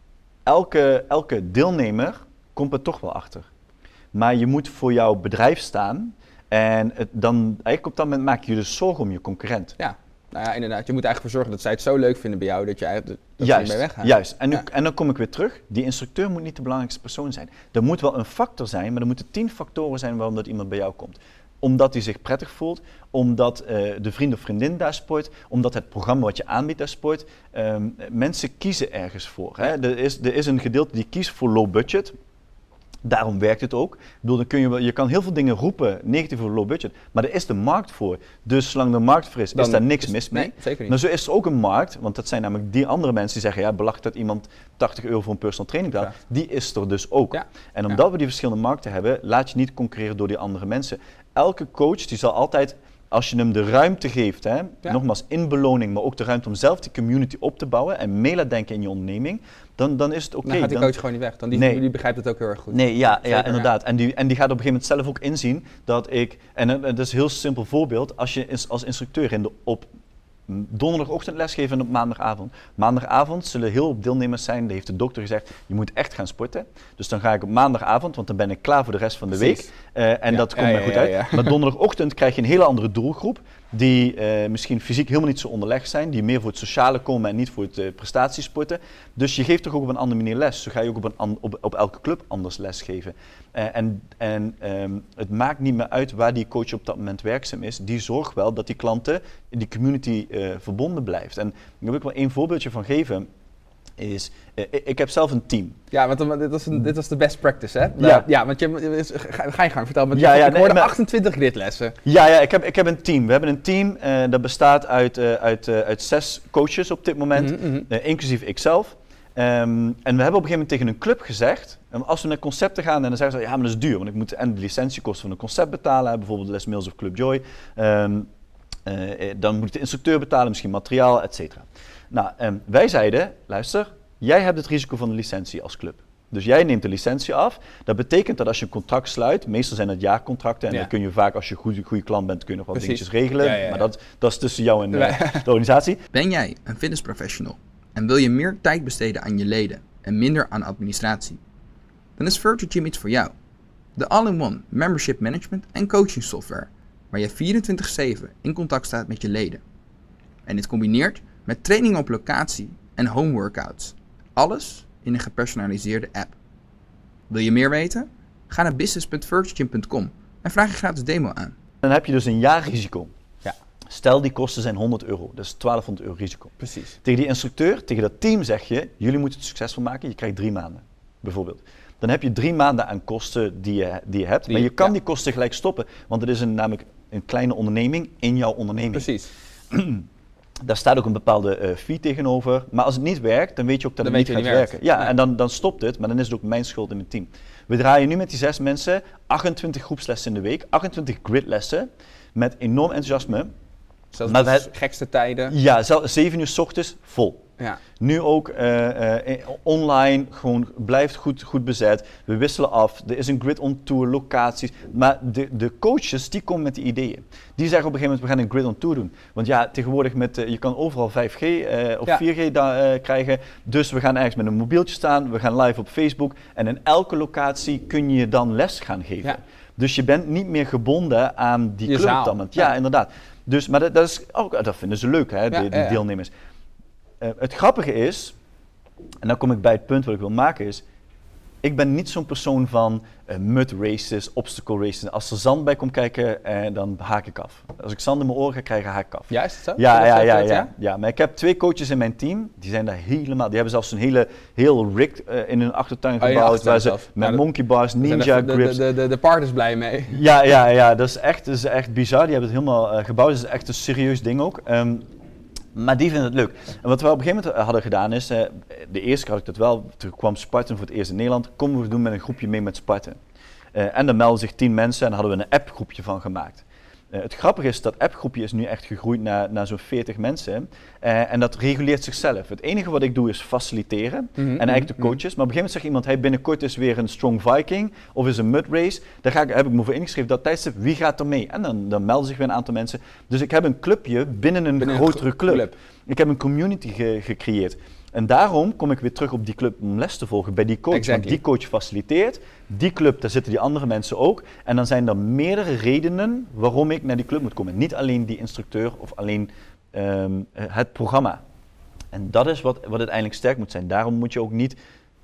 Speaker 3: elke, elke deelnemer komt er toch wel achter. Maar je moet voor jouw bedrijf staan en het dan, eigenlijk op dat moment maak je je dus zorgen om je concurrent.
Speaker 2: Ja, nou ja, inderdaad. Je moet eigenlijk voor zorgen dat zij het zo leuk vinden bij jou dat je eigenlijk dat
Speaker 3: juist,
Speaker 2: ze ermee weggaan.
Speaker 3: Juist, en, nu,
Speaker 2: ja.
Speaker 3: en dan kom ik weer terug. Die instructeur moet niet de belangrijkste persoon zijn. Er moet wel een factor zijn, maar er moeten tien factoren zijn waarom dat iemand bij jou komt. Omdat hij zich prettig voelt, omdat uh, de vriend of vriendin daar sport, omdat het programma wat je aanbiedt daar sport. Um, mensen kiezen ergens voor. Hè? Er, is, er is een gedeelte die kiest voor low budget. Daarom werkt het ook. Ik bedoel, dan kun je, wel, je kan heel veel dingen roepen, negatief voor low budget, maar er is de markt voor. Dus zolang de markt voor is, dan is daar niks is, mis mee.
Speaker 2: Nee, zeker niet.
Speaker 3: Maar zo is er ook een markt, want dat zijn namelijk die andere mensen die zeggen, ja, belachelijk dat iemand tachtig euro voor een personal training betaalt. Ja. Die is er dus ook. Ja. En omdat ja. we die verschillende markten hebben, laat je niet concurreren door die andere mensen. Elke coach die zal altijd, als je hem de ruimte geeft, hè, ja. nogmaals in beloning, maar ook de ruimte om zelf die community op te bouwen en mee laat denken in je onderneming, dan, dan is het oké. Okay.
Speaker 2: Dan gaat die
Speaker 3: dan,
Speaker 2: coach gewoon niet weg, dan die,
Speaker 3: nee.
Speaker 2: die begrijpt het ook heel erg goed.
Speaker 3: Nee, ja,
Speaker 2: Zeker,
Speaker 3: ja inderdaad.
Speaker 2: Ja.
Speaker 3: En, die, en die gaat op een gegeven moment zelf ook inzien dat ik, en dat is een heel simpel voorbeeld, als je als instructeur in de, op donderdagochtend lesgeven en op maandagavond. Maandagavond zullen heel veel deelnemers zijn, daar heeft de dokter gezegd, je moet echt gaan sporten. Dus dan ga ik op maandagavond, want dan ben ik klaar voor de rest van de Precies. week. Uh, en ja, dat komt ja, mij ja, goed ja, ja, uit. Ja. Maar donderdagochtend krijg je een hele andere doelgroep, die uh, misschien fysiek helemaal niet zo onderlegd zijn, die meer voor het sociale komen en niet voor het uh, prestatiesporten. Dus je geeft toch ook op een andere manier les. Zo ga je ook op, een an- op, op elke club anders lesgeven. Uh, en en um, het maakt niet meer uit waar die coach op dat moment werkzaam is. Die zorgt wel dat die klanten in die community uh, verbonden blijft. En daar wil ik wel één voorbeeldje van geven. Is, uh, ik heb zelf een team.
Speaker 2: Ja, want dit was, een, dit was de best practice, hè?
Speaker 3: Ja, ja.
Speaker 2: ja want je, ga, ga je gang, vertel me.
Speaker 3: Ja, ja,
Speaker 2: ik hoorde
Speaker 3: nee,
Speaker 2: achtentwintig ritlessen.
Speaker 3: Ja, ja ik, heb, ik heb een team. We hebben een team uh, dat bestaat uit, uh, uit, uh, uit zes coaches op dit moment, mm-hmm. uh, inclusief ikzelf. Um, en we hebben op een gegeven moment tegen een club gezegd, um, als we naar concepten gaan en dan zeggen ze, ja, maar dat is duur, want ik moet en de licentiekosten van een concept betalen, bijvoorbeeld Les Mills of Club Joy. Um, uh, dan moet ik de instructeur betalen, misschien materiaal, et cetera. Nou, um, wij zeiden, luister, Jij hebt het risico van de licentie als club. Dus jij neemt de licentie af. Dat betekent dat als je een contract sluit, meestal zijn het jaarcontracten. En
Speaker 2: Ja.
Speaker 3: dan kun je vaak, als je een goede, goede klant bent, kun je nog wat
Speaker 2: Precies.
Speaker 3: dingetjes regelen.
Speaker 2: Ja, ja, ja.
Speaker 3: Maar dat, dat is tussen jou en uh, de organisatie.
Speaker 4: Ben jij een fitnessprofessional en wil je meer tijd besteden aan je leden en minder aan administratie? Dan is Virtual Gym iets voor jou. De all-in-one membership management en coaching software, waar je vierentwintig zeven in contact staat met je leden. En dit combineert met training op locatie en home workouts. Alles in een gepersonaliseerde app. Wil je meer weten? Ga naar business punt virtual gym punt com en vraag je gratis demo aan.
Speaker 3: Dan heb je dus een jaarrisico.
Speaker 2: Ja.
Speaker 3: Stel die kosten zijn honderd euro, dat is twaalfhonderd euro risico.
Speaker 2: Precies.
Speaker 3: Tegen die instructeur, tegen dat team zeg je, jullie moeten het succesvol maken, je krijgt drie maanden, bijvoorbeeld. Dan heb je drie maanden aan kosten die je, die je hebt,
Speaker 2: Die-
Speaker 3: maar je kan
Speaker 2: ja.
Speaker 3: die kosten gelijk stoppen, want het is een, namelijk een kleine onderneming in jouw onderneming.
Speaker 2: Precies.
Speaker 3: Daar staat ook een bepaalde uh, fee tegenover, maar als het niet werkt, dan weet je ook dat
Speaker 2: Dan
Speaker 3: het
Speaker 2: weet
Speaker 3: niet
Speaker 2: je
Speaker 3: gaat
Speaker 2: niet
Speaker 3: werken.
Speaker 2: werkt.
Speaker 3: Ja,
Speaker 2: Nee.
Speaker 3: en dan, dan stopt het, maar dan is het ook mijn schuld in mijn team. We draaien nu met die zes mensen achtentwintig groepslessen in de week, achtentwintig gridlessen, met enorm enthousiasme.
Speaker 2: Zelfs
Speaker 3: Maar
Speaker 2: de
Speaker 3: wij-
Speaker 2: gekste tijden.
Speaker 3: Ja, zel- zeven uur 's ochtends vol.
Speaker 2: Ja.
Speaker 3: Nu ook uh, uh, online, gewoon blijft goed, goed bezet. We wisselen af, er is een grid on tour, locaties. Maar de, de coaches, die komen met die ideeën. Die zeggen op een gegeven moment, we gaan een grid on tour doen. Want ja, tegenwoordig, met, uh, je kan overal vijf G uh, of
Speaker 2: Ja.
Speaker 3: vier G da, uh, krijgen. Dus we gaan ergens met een mobieltje staan, we gaan live op Facebook. En in elke locatie kun je dan les gaan geven.
Speaker 2: Ja.
Speaker 3: Dus je bent niet meer gebonden aan die
Speaker 2: Je
Speaker 3: club op
Speaker 2: zaal.
Speaker 3: dat moment. Ja,
Speaker 2: Ja.
Speaker 3: inderdaad. Dus, maar dat, dat, is ook, dat vinden ze leuk, hè, die,
Speaker 2: Ja,
Speaker 3: die
Speaker 2: ja, ja.
Speaker 3: deelnemers. Uh, het grappige is, en dan kom ik bij het punt wat ik wil maken is, ik ben niet zo'n persoon van uh, mud races, obstacle races. Als er zand bij komt kijken, uh, dan haak ik af. Als ik zand in mijn oren ga krijgen, haak ik af.
Speaker 2: Ja, is het zo?
Speaker 3: Ja,
Speaker 2: Is dat
Speaker 3: ja,
Speaker 2: zo
Speaker 3: ja,
Speaker 2: vet,
Speaker 3: ja, ja. Maar ik heb twee coaches in mijn team, die zijn daar helemaal, die hebben zelfs een hele, heel rig uh, in hun achtertuin
Speaker 2: Oh, in je
Speaker 3: gebouwd,
Speaker 2: achtertuin
Speaker 3: waar ze
Speaker 2: zelf.
Speaker 3: met
Speaker 2: Ja, dat-
Speaker 3: monkey bars,
Speaker 2: Daar zijn
Speaker 3: ninja
Speaker 2: de,
Speaker 3: grips.
Speaker 2: De, de, de, de partners blij mee.
Speaker 3: Ja, ja, ja, dat is echt, dat is echt bizar. Die hebben het helemaal uh, gebouwd. Dat is echt een serieus ding ook. Um, maar die vinden het leuk. En wat we op een gegeven moment hadden gedaan is, uh, de eerste keer had ik dat wel, toen kwam Spartan voor het eerst in Nederland, komen we doen met een groepje mee met Spartan. Uh, en dan melden zich tien mensen en daar hadden we een appgroepje van gemaakt. Uh, het grappige is, dat appgroepje is nu echt gegroeid naar, naar zo'n veertig mensen. Uh, en dat reguleert zichzelf. Het enige wat ik doe is faciliteren
Speaker 2: Mhm,
Speaker 3: en eigenlijk de
Speaker 2: mhm,
Speaker 3: coaches. Maar op een gegeven moment zegt iemand, hey, binnenkort is weer een Strong Viking of is een mud race. Daar ga ik, heb ik me voor ingeschreven, dat tijdstip, wie gaat er mee? En dan, dan melden zich weer een aantal mensen. Dus ik heb een clubje binnen een
Speaker 2: Binnen een
Speaker 3: grotere
Speaker 2: gro-
Speaker 3: club.
Speaker 2: club.
Speaker 3: Ik heb een community ge- gecreëerd. En daarom kom ik weer terug op die club om les te volgen bij die coach.
Speaker 2: Exactly.
Speaker 3: Want die coach faciliteert, die club, daar zitten die andere mensen ook. En dan zijn er meerdere redenen waarom ik naar die club moet komen. Niet alleen die instructeur of alleen um, het programma. En dat is wat, wat uiteindelijk sterk moet zijn. Daarom moet je ook niet,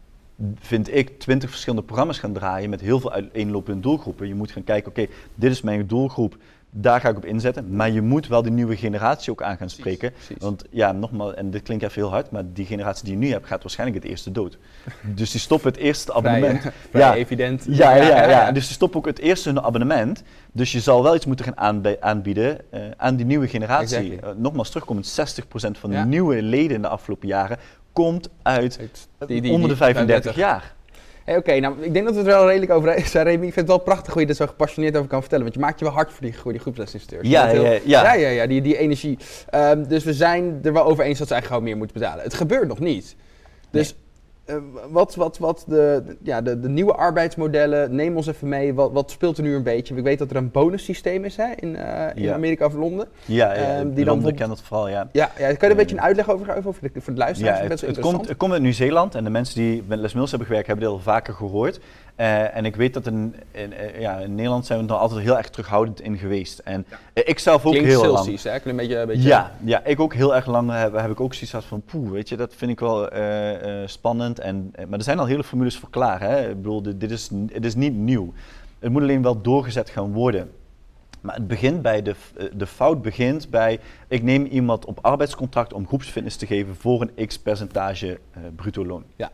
Speaker 3: vind ik, twintig verschillende programma's gaan draaien met heel veel uiteenlopende doelgroepen. Je moet gaan kijken, oké, okay, dit is mijn doelgroep. Daar ga ik op inzetten, maar je moet wel de nieuwe generatie ook aan gaan spreken.
Speaker 2: Precies, precies.
Speaker 3: Want ja, nogmaals, en dit klinkt even heel hard, maar die generatie die je nu hebt, gaat waarschijnlijk het eerste dood. Dus die stoppen het eerste abonnement.
Speaker 2: Vrij, vrij
Speaker 3: ja.
Speaker 2: evident.
Speaker 3: Ja, ja, ja, ja. Dus die stoppen ook het eerste hun abonnement. Dus je zal wel iets moeten gaan aanb- aanbieden uh, aan die nieuwe generatie.
Speaker 2: Exactly.
Speaker 3: Uh, nogmaals terugkomend, zestig procent van de
Speaker 2: Ja.
Speaker 3: nieuwe leden in de afgelopen jaren komt uit
Speaker 2: Het- die- die-
Speaker 3: onder de
Speaker 2: die
Speaker 3: vijfendertig
Speaker 2: vijfendertig.
Speaker 3: jaar.
Speaker 2: Hey, Oké, nou ik denk dat we het er wel redelijk over eens zijn, Remy. Ik vind het wel prachtig hoe je er zo gepassioneerd over kan vertellen. Want je maakt je wel hard voor die, voor die groepslesinstructeurs.
Speaker 3: Ja,
Speaker 2: Je bent
Speaker 3: ja,
Speaker 2: heel-
Speaker 3: ja.
Speaker 2: ja, ja, ja, die, die energie. Um, dus we zijn er wel over eens dat ze eigenlijk gewoon meer moeten betalen. Het gebeurt nog niet. Dus uh, wat, wat, wat de, de- ja, de, de nieuwe arbeidsmodellen, neem ons even mee. Wat, wat speelt er nu een beetje? Ik weet dat er een bonussysteem is hè, in, uh, in
Speaker 3: Ja.
Speaker 2: Amerika of Londen.
Speaker 3: Ja, ja
Speaker 2: Ehm, die dan
Speaker 3: Londen
Speaker 2: bijvoorbeeld-
Speaker 3: kent het vooral, ja.
Speaker 2: Ja, ja, kan je er een beetje een uitleg over geven voor de, voor de luisteraars?
Speaker 3: Ja,
Speaker 2: Dat is
Speaker 3: het,
Speaker 2: best
Speaker 3: het,
Speaker 2: wel
Speaker 3: komt, het komt uit Nieuw-Zeeland en de mensen die met Les Mills hebben gewerkt hebben dit al vaker gehoord. Uh, en ik weet dat in, in, uh, ja, in Nederland zijn we er altijd heel erg terughoudend in geweest. En uh, ik zelf ook
Speaker 2: Klinkt
Speaker 3: heel lang.
Speaker 2: salesies, hè? Een beetje, een beetje...
Speaker 3: Ja, ja, ik ook heel erg lang heb, heb ik ook zoiets gehad van poeh, weet je, dat vind ik wel uh, uh, spannend. En, uh, maar er zijn al hele formules voor klaar. Hè? Ik bedoel, dit, dit is, het is niet nieuw. Het moet alleen wel doorgezet gaan worden. Maar het begint bij de, de fout begint bij, ik neem iemand op arbeidscontract om groepsfitness te geven voor een x percentage uh, bruto loon.
Speaker 2: Ja.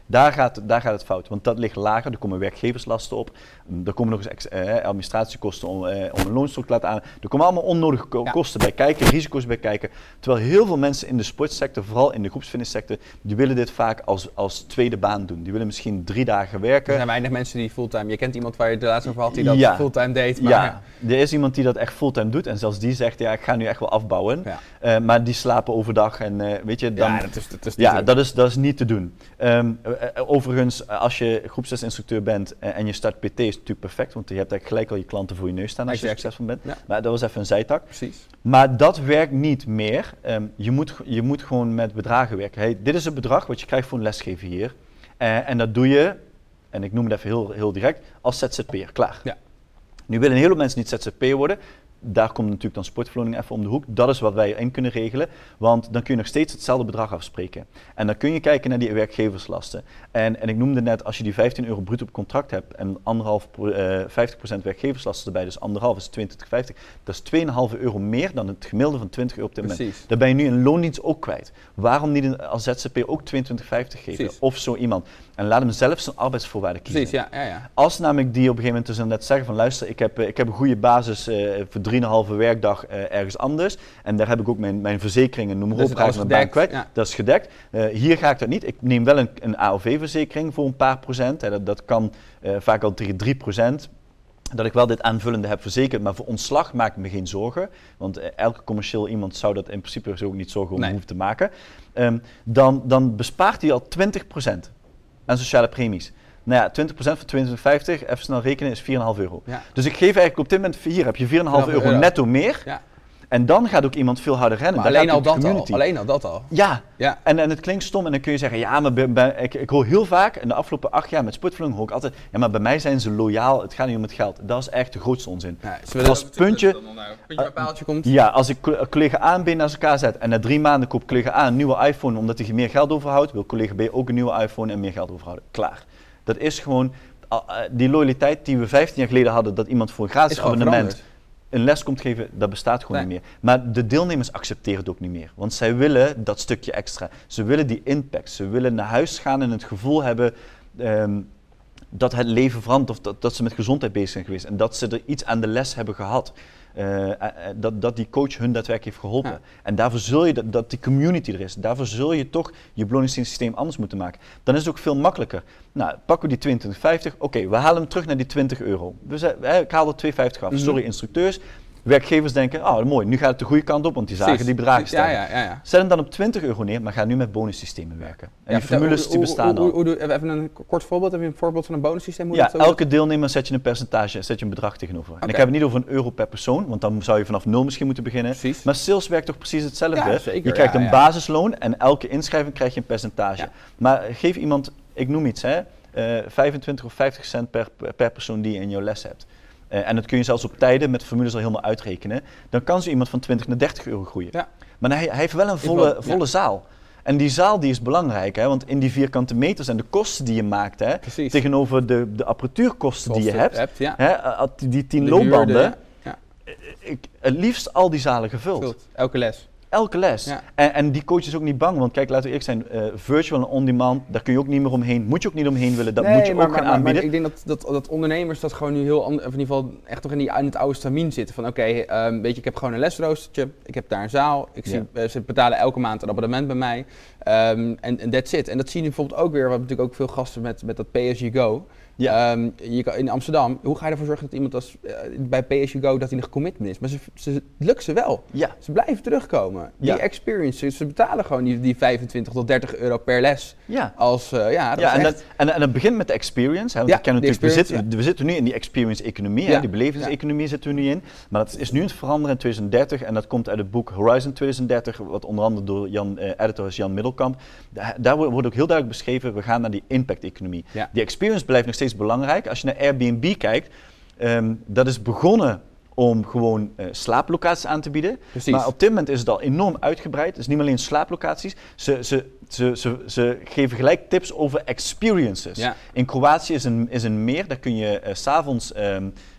Speaker 3: Daar gaat, daar gaat het fout, want dat ligt lager, er komen werkgeverslasten op, er komen nog eens ex, eh, administratiekosten om, eh, om een loonstok te laten aan. Er komen allemaal onnodige ko-
Speaker 2: Ja.
Speaker 3: kosten bij kijken, risico's bij kijken. Terwijl heel veel mensen in de sportsector, vooral in de groepsfitnesssector, die willen dit vaak als, als tweede baan doen. Die willen misschien drie dagen werken.
Speaker 2: Er zijn weinig mensen die fulltime... Je kent iemand waar je het laatst over had die dat
Speaker 3: Ja.
Speaker 2: fulltime deed. Maar
Speaker 3: Ja, er is iemand die dat echt fulltime doet en zelfs die zegt, ja, ik ga nu echt wel afbouwen.
Speaker 2: Ja.
Speaker 3: Uh, maar die slapen overdag en uh, weet je, dan...
Speaker 2: Ja, dat is, dat is niet
Speaker 3: Ja,
Speaker 2: zo.
Speaker 3: dat is, dat is niet te doen. Um, uh, uh, overigens, als je groepslesinstructeur bent uh, en je start P T, is het natuurlijk perfect, want je hebt eigenlijk gelijk al je klanten voor je neus staan als je
Speaker 2: Exactly.
Speaker 3: succesvol bent.
Speaker 2: Ja.
Speaker 3: Maar dat was even een zijtak.
Speaker 2: Precies.
Speaker 3: Maar dat werkt niet meer. Um, je, moet, je moet gewoon met bedragen werken. Hey, dit is het bedrag wat je krijgt voor een lesgeven hier. Uh, en dat doe je, en ik noem het even heel, heel direct, als Z Z P'er. Klaar.
Speaker 2: Ja.
Speaker 3: Nu willen een heleboel mensen niet Z Z P'er worden. Daar komt natuurlijk dan sportverloning even om de hoek. Dat is wat wij in kunnen regelen, want dan kun je nog steeds hetzelfde bedrag afspreken. En dan kun je kijken naar die werkgeverslasten. En, en ik noemde net, als je die vijftien euro bruto op contract hebt en anderhalf, uh, vijftig procent werkgeverslasten erbij, dus anderhalf is twintig, vijftig, dat is twee komma vijf euro meer dan het gemiddelde van twintig euro op dit moment.
Speaker 2: Precies.
Speaker 3: Daar ben je nu in loondienst ook kwijt. Waarom niet een, als Z Z P'er ook tweeëntwintig vijftig geven?
Speaker 2: Precies.
Speaker 3: Of zo iemand. En laat hem zelf zijn arbeidsvoorwaarden kiezen.
Speaker 2: Precies, ja, ja, ja.
Speaker 3: Als namelijk die op een gegeven moment dus net zeggen van luister, ik heb, ik heb een goede basis uh, voor drieënhalve werkdag uh, ergens anders. En daar heb ik ook mijn, mijn verzekeringen, noem maar
Speaker 2: Dus
Speaker 3: op,
Speaker 2: het
Speaker 3: raak ik
Speaker 2: alles
Speaker 3: mijn baan
Speaker 2: gedekt,
Speaker 3: kwijt.
Speaker 2: ja.
Speaker 3: Dat is gedekt. Uh, hier ga ik dat niet. Ik neem wel een, een A O V-verzekering voor een paar procent. Hè, dat, dat kan uh, vaak al tegen drie procent. Dat ik wel dit aanvullende heb verzekerd, maar voor ontslag maak ik me geen zorgen. Want uh, elke commercieel iemand zou dat in principe ook niet zorgen om
Speaker 2: Nee.
Speaker 3: hoeven te maken. Um, dan, dan bespaart hij al twintig procent aan sociale premies. Nou ja, twintig procent van tweeëntwintig vijftig, even snel rekenen, is vier komma vijf euro.
Speaker 2: Ja.
Speaker 3: Dus ik geef eigenlijk op dit moment, hier heb je vier komma vijf euro
Speaker 2: euro.
Speaker 3: netto meer.
Speaker 2: Ja.
Speaker 3: En dan gaat ook iemand veel harder rennen.
Speaker 2: Maar
Speaker 3: Dan
Speaker 2: alleen
Speaker 3: gaat
Speaker 2: al
Speaker 3: ook de
Speaker 2: dat al.
Speaker 3: community.
Speaker 2: Alleen al dat al.
Speaker 3: Ja,
Speaker 2: Ja.
Speaker 3: en, en het klinkt stom en dan kun je zeggen, ja, maar bij, bij, ik, ik hoor heel vaak, in de afgelopen acht jaar met sportverloning hoor ik altijd, ja, maar bij mij zijn ze loyaal, het gaat niet om het geld. Dat is echt de grootste onzin.
Speaker 2: Ja, ze willen
Speaker 3: Als
Speaker 2: dat-
Speaker 3: puntje-
Speaker 2: dat dan nou een puntje bij paaltje komt.
Speaker 3: Ja, als ik co- collega A en B naast elkaar zet en na drie maanden koopt collega A een nieuwe iPhone omdat hij meer geld overhoudt, wil collega B ook een nieuwe iPhone en meer geld overhouden. Klaar. Dat is gewoon, uh, die loyaliteit die we vijftien jaar geleden hadden, dat iemand voor een gratis
Speaker 2: Is gewoon
Speaker 3: abonnement
Speaker 2: veranderd.
Speaker 3: een les komt geven, dat bestaat gewoon
Speaker 2: Nee.
Speaker 3: niet meer. Maar de deelnemers accepteren het ook niet meer. Want zij willen dat stukje extra. Ze willen die impact. Ze willen naar huis gaan en het gevoel hebben um, dat het leven verandert. Of dat, dat ze met gezondheid bezig zijn geweest. En dat ze er iets aan de les hebben gehad. Uh, uh, dat, dat die coach hun daadwerkelijk heeft geholpen.
Speaker 2: Ja.
Speaker 3: En daarvoor zul je, dat, dat die community er is, daarvoor zul je toch je beloningssysteem anders moeten maken. Dan is het ook veel makkelijker. Nou, pakken we die tweeëntwintig vijftig, oké, okay, we halen hem terug naar die twintig euro. We zei, eh, ik haal er twee vijftig af,
Speaker 2: Mm-hmm.
Speaker 3: sorry instructeurs. Werkgevers denken, oh mooi, nu gaat het de goede kant op, want die zagen
Speaker 2: Precies.
Speaker 3: die bedragen
Speaker 2: Ja,
Speaker 3: stijgen.
Speaker 2: ja, ja, ja.
Speaker 3: Zet hem dan op twintig euro neer, maar ga nu met bonussystemen werken. En
Speaker 2: Ja,
Speaker 3: die
Speaker 2: vertel,
Speaker 3: formules
Speaker 2: hoe-
Speaker 3: die
Speaker 2: hoe-
Speaker 3: bestaan
Speaker 2: hoe-
Speaker 3: al.
Speaker 2: hoe- hoe- Even een kort voorbeeld. Heb je een voorbeeld van een bonussysteem? Hoe
Speaker 3: Ja,
Speaker 2: dat zo
Speaker 3: elke deelnemer zet je een percentage, zet je een bedrag tegenover. En
Speaker 2: Oké.
Speaker 3: ik heb het niet over een euro per persoon, want dan zou je vanaf nul misschien moeten beginnen.
Speaker 2: Precies.
Speaker 3: Maar sales werkt toch precies hetzelfde?
Speaker 2: Ja, zeker,
Speaker 3: Je krijgt
Speaker 2: ja,
Speaker 3: een
Speaker 2: ja.
Speaker 3: basisloon en elke inschrijving krijg je een percentage.
Speaker 2: Ja.
Speaker 3: Maar geef iemand, ik noem iets, hè, uh, vijfentwintig of vijftig cent per, per persoon die je in jouw les hebt. Uh, en dat kun je zelfs op tijden met formules al helemaal uitrekenen. Dan kan zo iemand van twintig naar dertig euro groeien.
Speaker 2: Ja.
Speaker 3: Maar hij, hij heeft wel een volle,
Speaker 2: wel, ja.
Speaker 3: volle zaal. En die zaal die is belangrijk, hè, want in die vierkante meters en de kosten die je maakt, hè,
Speaker 2: Precies.
Speaker 3: tegenover de, de apparatuurkosten die je
Speaker 2: Zoals
Speaker 3: hebt,
Speaker 2: je ja.
Speaker 3: hè, uh, die, die tien
Speaker 2: De
Speaker 3: loopbanden,
Speaker 2: huur, de- ja.
Speaker 3: ik, het liefst al die zalen gevuld.
Speaker 2: Goed. Elke les.
Speaker 3: Elke les.
Speaker 2: Ja.
Speaker 3: En, en die coach is ook niet bang, want kijk, laten we eerlijk zijn, uh, virtual en on-demand, daar kun je ook niet meer omheen. Moet je ook niet omheen willen, dat
Speaker 2: Nee,
Speaker 3: moet je
Speaker 2: maar,
Speaker 3: ook
Speaker 2: maar,
Speaker 3: gaan
Speaker 2: maar, maar
Speaker 3: aanbieden.
Speaker 2: ik denk dat, dat, dat ondernemers dat gewoon nu heel anders, of in ieder geval echt nog in, die, in het oude stramien zitten. Van oké, okay, um, weet je, ik heb gewoon een lesroostertje, ik heb daar een zaal, ik zie,
Speaker 3: Ja.
Speaker 2: uh, ze betalen elke maand een abonnement bij mij. Um, en en that's it. En dat zie je nu bijvoorbeeld ook weer, we hebben natuurlijk ook veel gasten met, met dat Pay As You Go.
Speaker 3: Ja.
Speaker 2: Um, je kan, in Amsterdam, hoe ga je ervoor zorgen dat iemand als, uh, bij Pay As You Go dat hij nog commitment is? Maar ze, ze, het lukt ze wel.
Speaker 3: Ja.
Speaker 2: Ze blijven terugkomen. Die
Speaker 3: Ja.
Speaker 2: experience, ze betalen gewoon die, die vijfentwintig tot dertig euro per les.
Speaker 3: Ja.
Speaker 2: Als, uh, ja, dat
Speaker 3: Ja,
Speaker 2: is
Speaker 3: en,
Speaker 2: echt...
Speaker 3: dat, en, en dat begint met de experience. Hè, want
Speaker 2: Ja,
Speaker 3: we, kennen
Speaker 2: de
Speaker 3: natuurlijk, we,
Speaker 2: experience,
Speaker 3: zitten, we zitten nu in die experience-economie,
Speaker 2: Ja.
Speaker 3: hè, die belevingseconomie zitten we nu in. Maar dat is nu aan het veranderen in twintig dertig en dat komt uit het boek Horizon twintig dertig, wat onder andere door Jan, eh, editor is Jan Middelkamp. Da daar wordt ook heel duidelijk beschreven, we gaan naar die impact-economie.
Speaker 2: Ja.
Speaker 3: Die experience blijft nog steeds belangrijk. Als je naar Airbnb kijkt, um, dat is begonnen om gewoon uh, slaaplocaties aan te bieden.
Speaker 2: Precies.
Speaker 3: Maar op dit moment is het al enorm uitgebreid. Het is niet alleen slaaplocaties. Ze, ze, ze, ze, ze geven gelijk tips over experiences.
Speaker 2: Ja.
Speaker 3: In Kroatië is een, is een meer, daar kun je uh, 's avonds um,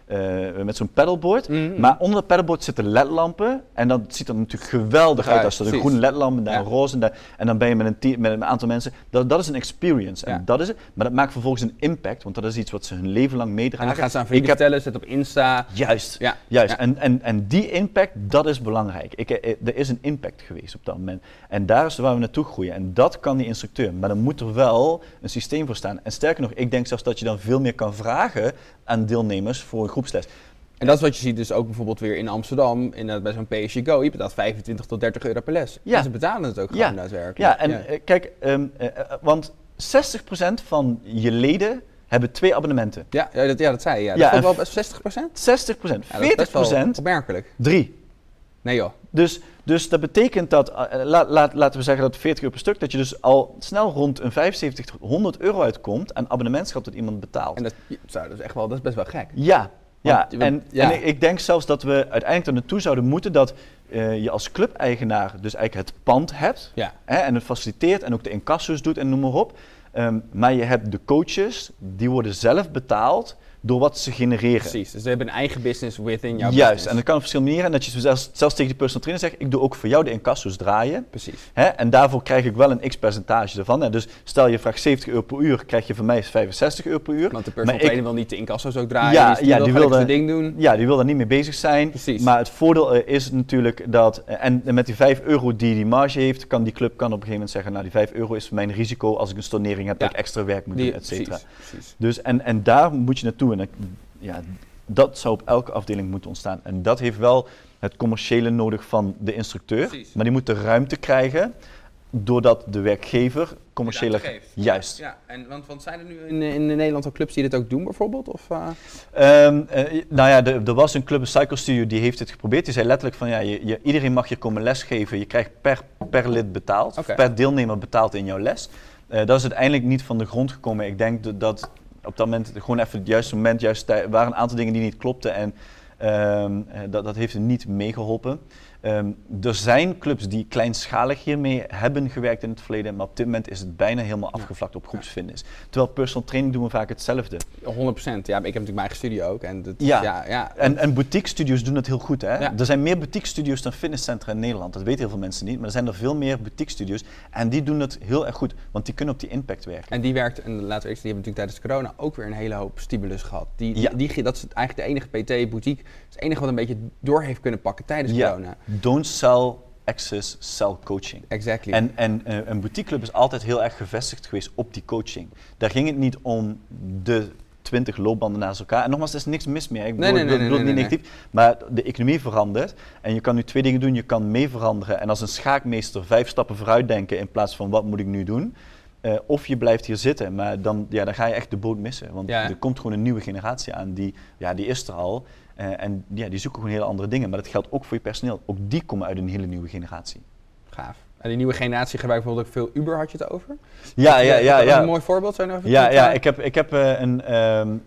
Speaker 3: uh, met zo'n paddleboard.
Speaker 2: Mm-hmm.
Speaker 3: Maar onder dat paddleboard zitten ledlampen. En dat ziet er natuurlijk geweldig
Speaker 2: Ja,
Speaker 3: uit als er een
Speaker 2: precies.
Speaker 3: groene ledlamp en daar
Speaker 2: Ja.
Speaker 3: een roze. En, daar, en dan ben je met een, team, met een aantal mensen. Dat, dat is een experience. En
Speaker 2: Ja.
Speaker 3: dat is het. Maar dat maakt vervolgens een impact. Want dat is iets wat ze hun leven lang
Speaker 2: En
Speaker 3: meedragen.
Speaker 2: dan gaan ze aan vrienden
Speaker 3: Ik heb-
Speaker 2: vertellen, zet op Insta.
Speaker 3: Juist,
Speaker 2: Ja.
Speaker 3: juist.
Speaker 2: Ja.
Speaker 3: En, en, en die impact, dat is belangrijk. Ik, eh, er is een impact geweest op dat moment. En daar is waar we naartoe groeien. En dat kan die instructeur. Maar dan moet er wel een systeem voor staan. En sterker nog, ik denk zelfs dat je dan veel meer kan vragen aan deelnemers voor een groepsles.
Speaker 2: En dat is wat je ziet dus ook bijvoorbeeld weer in Amsterdam, in, uh, bij zo'n Pay As You Go. Je betaalt vijfentwintig tot dertig euro per les.
Speaker 3: Ja.
Speaker 2: En ze betalen het ook
Speaker 3: Ja.
Speaker 2: gewoon daadwerkelijk.
Speaker 3: Ja, en eh, kijk, um, uh, want zestig procent van je leden hebben twee abonnementen.
Speaker 2: Ja, ja, dat, ja, dat zei je. Ja. Dat
Speaker 3: Ja,
Speaker 2: vond ik
Speaker 3: en
Speaker 2: wel
Speaker 3: f-
Speaker 2: best zestig procent.
Speaker 3: zestig procent,
Speaker 2: Ja, dat is
Speaker 3: veertig
Speaker 2: best wel
Speaker 3: procent,
Speaker 2: opmerkelijk.
Speaker 3: drie.
Speaker 2: Nee joh.
Speaker 3: Dus, dus dat betekent dat, uh, laat, laat, laten we zeggen dat veertig euro per stuk, dat je dus al snel rond een vijfenzeventig tot honderd euro uitkomt aan abonnementschap dat iemand betaalt.
Speaker 2: En dat, zo, dat, is echt wel, dat is best wel gek.
Speaker 3: Ja, ja.
Speaker 2: Want,
Speaker 3: en,
Speaker 2: ja.
Speaker 3: en ik, ik denk zelfs dat we uiteindelijk er naartoe zouden moeten dat uh, je als clubeigenaar dus eigenlijk het pand hebt
Speaker 2: Ja.
Speaker 3: hè, en het faciliteert en ook de incassos doet en noem maar op. Um, maar je hebt de coaches, die worden zelf betaald door wat ze genereren.
Speaker 2: Precies, dus ze hebben een eigen business within jouw
Speaker 3: Juist,
Speaker 2: business.
Speaker 3: en dat kan op verschillende manieren. En dat je zelfs, zelfs tegen die personal trainer zegt, ik doe ook voor jou de incassos draaien.
Speaker 2: Precies.
Speaker 3: Hè, en daarvoor krijg ik wel een x-percentage ervan. En dus stel je vraagt zeventig euro per uur, krijg je van mij vijfenzestig euro per uur.
Speaker 2: Want de
Speaker 3: Maar
Speaker 2: personal
Speaker 3: ik-
Speaker 2: trainer wil niet de incasso's ook draaien,
Speaker 3: Ja,
Speaker 2: dus die
Speaker 3: ja,
Speaker 2: wil
Speaker 3: die
Speaker 2: gewoon
Speaker 3: wil
Speaker 2: lekker
Speaker 3: de-
Speaker 2: zijn ding doen.
Speaker 3: Ja, die wil daar niet mee bezig zijn.
Speaker 2: Precies.
Speaker 3: Maar het voordeel eh, is natuurlijk dat, eh, en met die vijf euro die die marge heeft, kan die club kan op een gegeven moment zeggen, nou die vijf euro is mijn risico als ik een stornering heb,
Speaker 2: Ja.
Speaker 3: dat ik extra werk moet
Speaker 2: Die-
Speaker 3: doen, et cetera.
Speaker 2: precies, precies.
Speaker 3: Dus en, en daar moet je naartoe. En ik- ja, dat zou op elke afdeling moeten ontstaan. En dat heeft wel het commerciële nodig van de instructeur.
Speaker 2: Precies.
Speaker 3: Maar die moet de ruimte krijgen doordat de werkgever commerciële...
Speaker 2: ruimte geeft.
Speaker 3: Juist.
Speaker 2: Ja, en want, want zijn er nu in, in Nederland al clubs die dit ook doen bijvoorbeeld? Of, uh...
Speaker 3: Ehm, eh, nou ja, de- er was een club, een Cycle Studio, die heeft het geprobeerd. Die zei letterlijk van, ja, je, je, iedereen mag je komen lesgeven. Je krijgt per, per lid betaald,
Speaker 2: Oké.
Speaker 3: per deelnemer betaald in jouw les. Eh, dat is uiteindelijk niet van de grond gekomen. Ik denk dat, dat op dat moment, gewoon even het juiste moment, juist tijd, waren een aantal dingen die niet klopten. En ehm, eh, dat, dat heeft er niet meegeholpen. Um, er zijn clubs die kleinschalig hiermee hebben gewerkt in het verleden, maar op dit moment is het bijna helemaal afgevlakt op groepsfitness. Terwijl personal training doen we vaak hetzelfde.
Speaker 2: honderd procent. Ja, maar ik heb natuurlijk mijn eigen studio ook. En dat,
Speaker 3: Ja.
Speaker 2: ja, ja,
Speaker 3: En, en boutique studios doen het heel goed, hè?
Speaker 2: Ja.
Speaker 3: Er zijn meer boutique studios dan fitnesscentra in Nederland. Dat weten heel veel mensen niet, maar er zijn er veel meer boutique studios en die doen het heel erg goed, want die kunnen op die impact werken.
Speaker 2: En die werkt, en laten we eerst, die hebben natuurlijk tijdens corona ook weer een hele hoop stimulus gehad. Die, die,
Speaker 3: Ja.
Speaker 2: die, dat is eigenlijk de enige P T-boutique, dat is het enige wat een beetje door heeft kunnen pakken tijdens
Speaker 3: Ja.
Speaker 2: corona.
Speaker 3: Don't sell access, sell coaching.
Speaker 2: Exactly.
Speaker 3: En, en uh, een boutiqueclub is altijd heel erg gevestigd geweest op die coaching. Daar ging het niet om de twintig loopbanden naast elkaar. En nogmaals, er is niks mis mee. Ik bedoel,
Speaker 2: Nee, nee,
Speaker 3: ik
Speaker 2: nee,
Speaker 3: bedoel
Speaker 2: nee,
Speaker 3: niet
Speaker 2: nee,
Speaker 3: negatief. Maar de economie verandert. En je kan nu twee dingen doen. Je kan mee veranderen. En als een schaakmeester vijf stappen vooruit denken in plaats van wat moet ik nu doen. Uh, of je blijft hier zitten. Maar dan, ja, dan ga je echt de boot missen. Want
Speaker 2: Ja.
Speaker 3: er komt gewoon een nieuwe generatie aan. Die, ja, die is er al. Uh, en ja, die zoeken gewoon hele andere dingen. Maar dat geldt ook voor je personeel. Ook die komen uit een hele nieuwe generatie.
Speaker 2: Gaaf. En die nieuwe generatie gebruikt bijvoorbeeld ook veel Uber, had je het over?
Speaker 3: Ja, ja, ja.
Speaker 2: Is dat
Speaker 3: ja.
Speaker 2: een mooi voorbeeld? Zou je nou even
Speaker 3: Ja,
Speaker 2: kort,
Speaker 3: ja
Speaker 2: uh,
Speaker 3: ik heb, ik heb uh, een, um,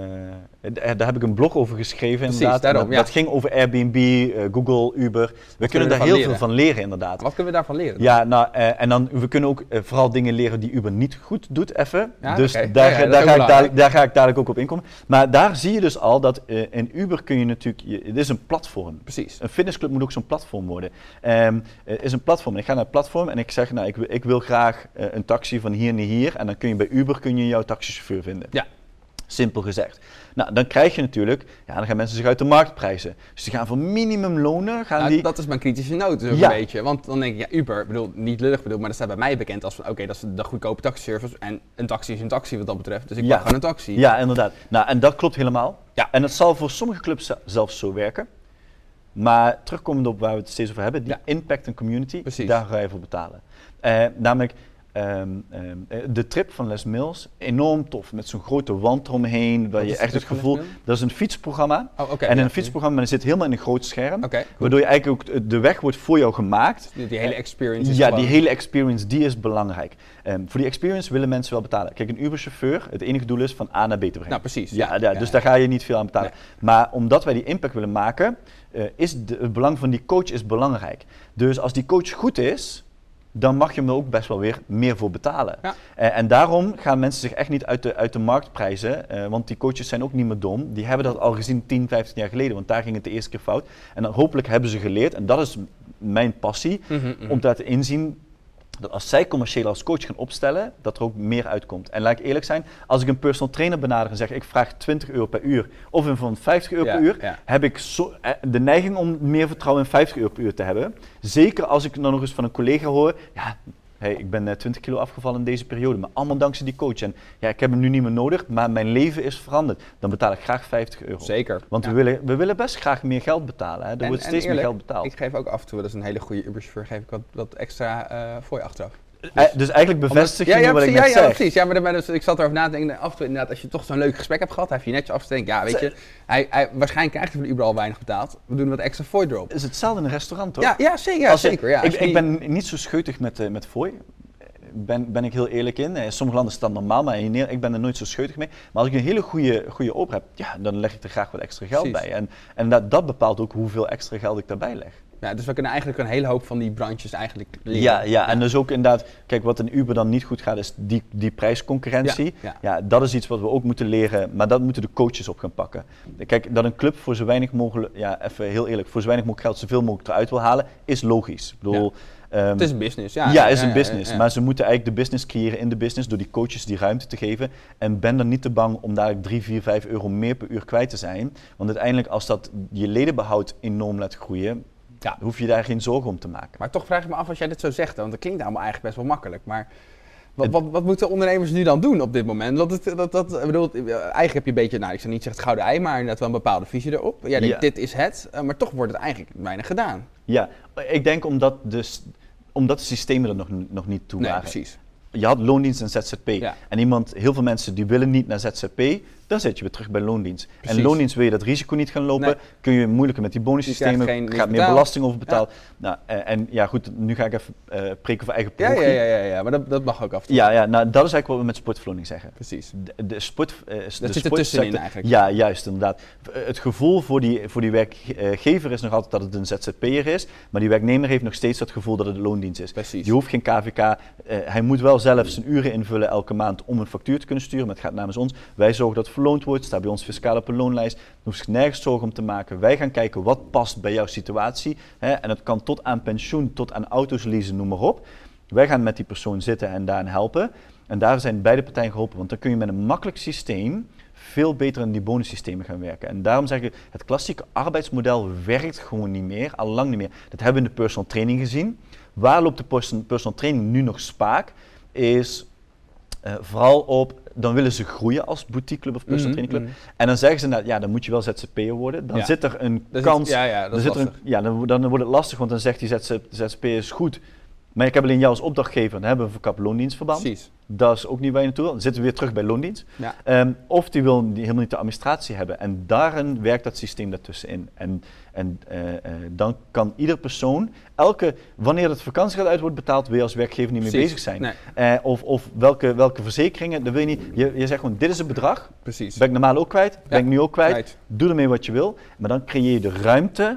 Speaker 3: uh, d- daar heb ik een blog over geschreven
Speaker 2: Precies,
Speaker 3: inderdaad.
Speaker 2: daarom,
Speaker 3: dat,
Speaker 2: ja.
Speaker 3: dat ging over Airbnb, uh, Google, Uber. We kunnen
Speaker 2: we
Speaker 3: daar
Speaker 2: ervan
Speaker 3: heel
Speaker 2: leren?
Speaker 3: veel van leren inderdaad.
Speaker 2: Wat kunnen we daarvan leren?
Speaker 3: Ja, nou, uh, en dan, we kunnen ook uh, vooral dingen leren die Uber niet goed doet even.
Speaker 2: Ja,
Speaker 3: dus
Speaker 2: oké.
Speaker 3: daar,
Speaker 2: Ja, ja, dat
Speaker 3: daar,
Speaker 2: is
Speaker 3: ga
Speaker 2: ook
Speaker 3: ik
Speaker 2: belangrijk.
Speaker 3: dadelijk, daar ga ik dadelijk ook op inkomen. Maar daar zie je dus al dat uh, in Uber kun je natuurlijk, je, het is een platform.
Speaker 2: Precies.
Speaker 3: Een fitnessclub moet ook zo'n platform worden. Um, uh, is een platform. Ik ga naar het platform en ik zeg, nou, ik, wil- ik wil graag uh, een taxi van hier naar hier. En dan kun je bij Uber kun je jouw taxichauffeur vinden.
Speaker 2: Ja.
Speaker 3: Simpel gezegd. Nou, dan krijg je natuurlijk, ja, dan gaan mensen zich uit de markt prijzen. Dus die gaan voor minimumlonen, gaan
Speaker 2: Nou,
Speaker 3: die...
Speaker 2: dat is mijn kritische noot dus ook
Speaker 3: Ja.
Speaker 2: een beetje. Want dan denk ik, ja, Uber, ik bedoel, niet lullig bedoeld, maar dat staat bij mij bekend als van, oké, dat is de goedkope taxiservice. En een taxi is een taxi wat dat betreft, dus ik
Speaker 3: Ja.
Speaker 2: pak gewoon een taxi.
Speaker 3: Ja, inderdaad. Nou, en dat klopt helemaal.
Speaker 2: Ja.
Speaker 3: En dat zal voor sommige clubs ze- zelfs zo werken. Maar terugkomend op waar we het steeds over hebben, die
Speaker 2: Ja.
Speaker 3: impact en community,
Speaker 2: Precies.
Speaker 3: daar ga je voor betalen. Eh, namelijk, ehm, ehm, eh, de trip van Les Mills, enorm tof. Met zo'n grote wand eromheen, waar
Speaker 2: Wat
Speaker 3: je
Speaker 2: is
Speaker 3: echt
Speaker 2: de
Speaker 3: het
Speaker 2: trip van
Speaker 3: gevoel...
Speaker 2: Les Mills?
Speaker 3: Dat is een fietsprogramma.
Speaker 2: Oh, oké.
Speaker 3: en in
Speaker 2: ja.
Speaker 3: een fietsprogramma maar er zit helemaal in een groot scherm.
Speaker 2: Oké, cool.
Speaker 3: Waardoor je eigenlijk ook, de weg wordt voor jou gemaakt.
Speaker 2: Die, die hele experience is
Speaker 3: Ja,
Speaker 2: gewoon-
Speaker 3: die hele experience, die is belangrijk. Ehm, voor die experience willen mensen wel betalen. Kijk, een Uber-chauffeur, het enige doel is van A naar B te brengen.
Speaker 2: Nou, precies.
Speaker 3: Ja, ja, dus daar ga je niet veel aan betalen. Maar omdat wij die impact willen maken, uh, is de, het belang van die coach is belangrijk. Dus als die coach goed is, dan mag je hem er ook best wel weer meer voor betalen.
Speaker 2: Ja.
Speaker 3: Uh, en daarom gaan mensen zich echt niet uit de, uit de markt prijzen, uh, want die coaches zijn ook niet meer dom. Die hebben dat al gezien tien, vijftien jaar geleden, want daar ging het de eerste keer fout. En dan hopelijk hebben ze geleerd, en dat is mijn passie,
Speaker 2: Mm-hmm, mm-hmm.
Speaker 3: om te laten inzien dat als zij commercieel als coach gaan opstellen, dat er ook meer uitkomt. En laat ik eerlijk zijn, als ik een personal trainer benader en zeg ik vraag twintig euro per uur of een van vijftig euro
Speaker 2: Ja,
Speaker 3: per uur,
Speaker 2: ja.
Speaker 3: heb ik zo, eh, de neiging om meer vertrouwen in vijftig euro per uur te hebben. Zeker als ik dan nog eens van een collega hoor, ja, hey, ik ben uh, twintig kilo afgevallen in deze periode, maar allemaal dankzij die coach. En ja, ik heb hem nu niet meer nodig, maar mijn leven is veranderd. Dan betaal ik graag vijftig euro.
Speaker 2: Zeker.
Speaker 3: Want
Speaker 2: ja.
Speaker 3: we, willen, we willen best graag meer geld betalen. Hè. Er
Speaker 2: En-
Speaker 3: wordt
Speaker 2: en
Speaker 3: steeds
Speaker 2: eerlijk,
Speaker 3: meer geld betaald.
Speaker 2: Ik geef ook af en toe, dat is een hele goede Uber-chauffeur, geef ik wat, wat extra uh, voor je achteraf.
Speaker 3: Eh, dus eigenlijk bevestig je
Speaker 2: ja,
Speaker 3: nu
Speaker 2: ja,
Speaker 3: wat ik
Speaker 2: precies,
Speaker 3: net
Speaker 2: ja, ja,
Speaker 3: zeg.
Speaker 2: precies. Ja, maar, maar dus, ik zat erover na te denken, af en toe inderdaad, als je toch zo'n leuk gesprek hebt gehad, heeft je netjes af te denken, ja, weet je, hij, hij, waarschijnlijk krijgt hij van Uber al weinig betaald. We doen wat extra fooi erop.
Speaker 3: Het is hetzelfde in een restaurant, toch?
Speaker 2: Ja, ja, zeker. Ja,
Speaker 3: Als je-
Speaker 2: zeker ja,
Speaker 3: ik,
Speaker 2: als je
Speaker 3: ik
Speaker 2: die-
Speaker 3: ben niet zo scheutig met, uh, met fooi. Ben, ben ik heel eerlijk in. In sommige landen is dat normaal, maar in, ik ben er nooit zo scheutig mee. Maar als ik een hele goede, goede oper heb, ja, dan leg ik er graag wat extra geld
Speaker 2: Precies.
Speaker 3: bij. En, en dat, dat bepaalt ook hoeveel extra geld ik daarbij leg.
Speaker 2: Ja, dus we kunnen eigenlijk een hele hoop van die branches eigenlijk leren.
Speaker 3: Ja, ja, en dus ook inderdaad, kijk, wat in Uber dan niet goed gaat, is die, die prijsconcurrentie.
Speaker 2: Ja,
Speaker 3: Ja,
Speaker 2: ja.
Speaker 3: dat is iets wat we ook moeten leren, maar dat moeten de coaches op gaan pakken. Kijk, dat een club voor zo weinig mogelijk, ja, even heel eerlijk, voor zo weinig mogelijk geld zoveel mogelijk eruit wil halen, is logisch. Ik bedoel, ehm,
Speaker 2: Het is een business, ja.
Speaker 3: Ja, het is een business.
Speaker 2: ja.
Speaker 3: Maar ze moeten eigenlijk de business creëren in de business door die coaches die ruimte te geven. En ben dan niet te bang om daar drie, vier, vijf euro meer per uur kwijt te zijn. Want uiteindelijk, als dat je ledenbehoud enorm laat groeien,
Speaker 2: Ja.
Speaker 3: hoef je daar geen zorgen om te maken.
Speaker 2: Maar toch vraag ik me af als jij dit zo zegt, want dat klinkt allemaal eigenlijk best wel makkelijk. Maar wat, wat, wat moeten ondernemers nu dan doen op dit moment? Want het, dat, dat, ik bedoel, eigenlijk heb je een beetje, nou ik zou niet zeggen het gouden ei, maar inderdaad wel een bepaalde visie erop. Jij denkt,
Speaker 3: Ja.
Speaker 2: dit is het, uh, maar toch wordt het eigenlijk weinig gedaan.
Speaker 3: Ja, ik denk omdat, dus, omdat de systemen er nog, nog niet toe
Speaker 2: Nee,
Speaker 3: waren.
Speaker 2: precies.
Speaker 3: Je had loondienst en Z Z P.
Speaker 2: Ja.
Speaker 3: En iemand, heel veel mensen die willen niet naar Z Z P, dan zit je weer terug bij loondienst.
Speaker 2: Precies.
Speaker 3: En loondienst wil je dat risico niet gaan lopen,
Speaker 2: Nee.
Speaker 3: kun je moeilijker met die bonussystemen,
Speaker 2: Je krijgt geen-
Speaker 3: gaat
Speaker 2: niet
Speaker 3: meer
Speaker 2: betaald.
Speaker 3: belasting over betaald. Nou, en, en ja goed, nu ga ik even uh, preken voor eigen
Speaker 2: Ja,
Speaker 3: parochie.
Speaker 2: ja, ja, ja, ja, maar dat, dat mag ook af en toe.
Speaker 3: Ja, ja, nou dat is eigenlijk wat we met sportverloning zeggen.
Speaker 2: Precies.
Speaker 3: De, de sport, uh, de
Speaker 2: zit er
Speaker 3: sportsector-
Speaker 2: tussenin eigenlijk.
Speaker 3: Ja, juist inderdaad. Uh, het gevoel voor die, voor die werkgever is nog altijd dat het een Z Z P'er is, maar die werknemer heeft nog steeds het gevoel dat het een loondienst is.
Speaker 2: Precies.
Speaker 3: Je hoeft geen K V K, uh, hij moet wel zelf zijn uren invullen elke maand om een factuur te kunnen sturen, maar het gaat namens ons. Wij zorgen dat het verloond wordt, staat bij ons fiscaal op een loonlijst, daar hoef je nergens zorgen om te maken. Wij gaan kijken wat past bij jouw situatie, hè, en het kan tot aan pensioen, tot aan auto's leasen, noem maar op. Wij gaan met die persoon zitten en daarin helpen. En daar zijn beide partijen geholpen, want dan kun je met een makkelijk systeem veel beter in die bonussystemen gaan werken. En daarom zeg ik, het klassieke arbeidsmodel werkt gewoon niet meer, al lang niet meer. Dat hebben we in de personal training gezien. Waar loopt de person- personal training nu nog spaak? Is uh, vooral op, dan willen ze groeien als boutiqueclub of personal
Speaker 2: Mhm,
Speaker 3: training club.
Speaker 2: mhm.
Speaker 3: En dan zeggen ze, nou, ja, dan moet je wel Z Z P'er worden. Dan
Speaker 2: Ja.
Speaker 3: zit er een
Speaker 2: Dat is-
Speaker 3: kans,
Speaker 2: ja, ja, dat
Speaker 3: dan,
Speaker 2: is
Speaker 3: zit er een,
Speaker 2: lastig.
Speaker 3: ja, dan, dan wordt het lastig, want dan zegt die Z Z P'er is goed. Maar ik heb alleen jou als opdrachtgever, dan hebben we een verkapt loondienstverband.
Speaker 2: Precies.
Speaker 3: Dat is ook niet waar je naartoe wil. Dan zitten we weer terug bij loondienst.
Speaker 2: Ja.
Speaker 3: Um, of die wil die helemaal niet de administratie hebben. En daarin werkt dat systeem daartussenin. En, en uh, uh, dan kan ieder persoon, elke, wanneer het vakantiegeld uit wordt betaald, wil je als werkgever niet mee
Speaker 2: Precies.
Speaker 3: bezig zijn.
Speaker 2: Nee.
Speaker 3: Uh, of of welke, welke verzekeringen, dat wil je niet. Je, je zegt gewoon, dit is het bedrag.
Speaker 2: Precies.
Speaker 3: Ben ik normaal ook kwijt, ben ik nu ook kwijt.
Speaker 2: Kwijt.
Speaker 3: Doe ermee wat je wil. Maar dan creëer je de ruimte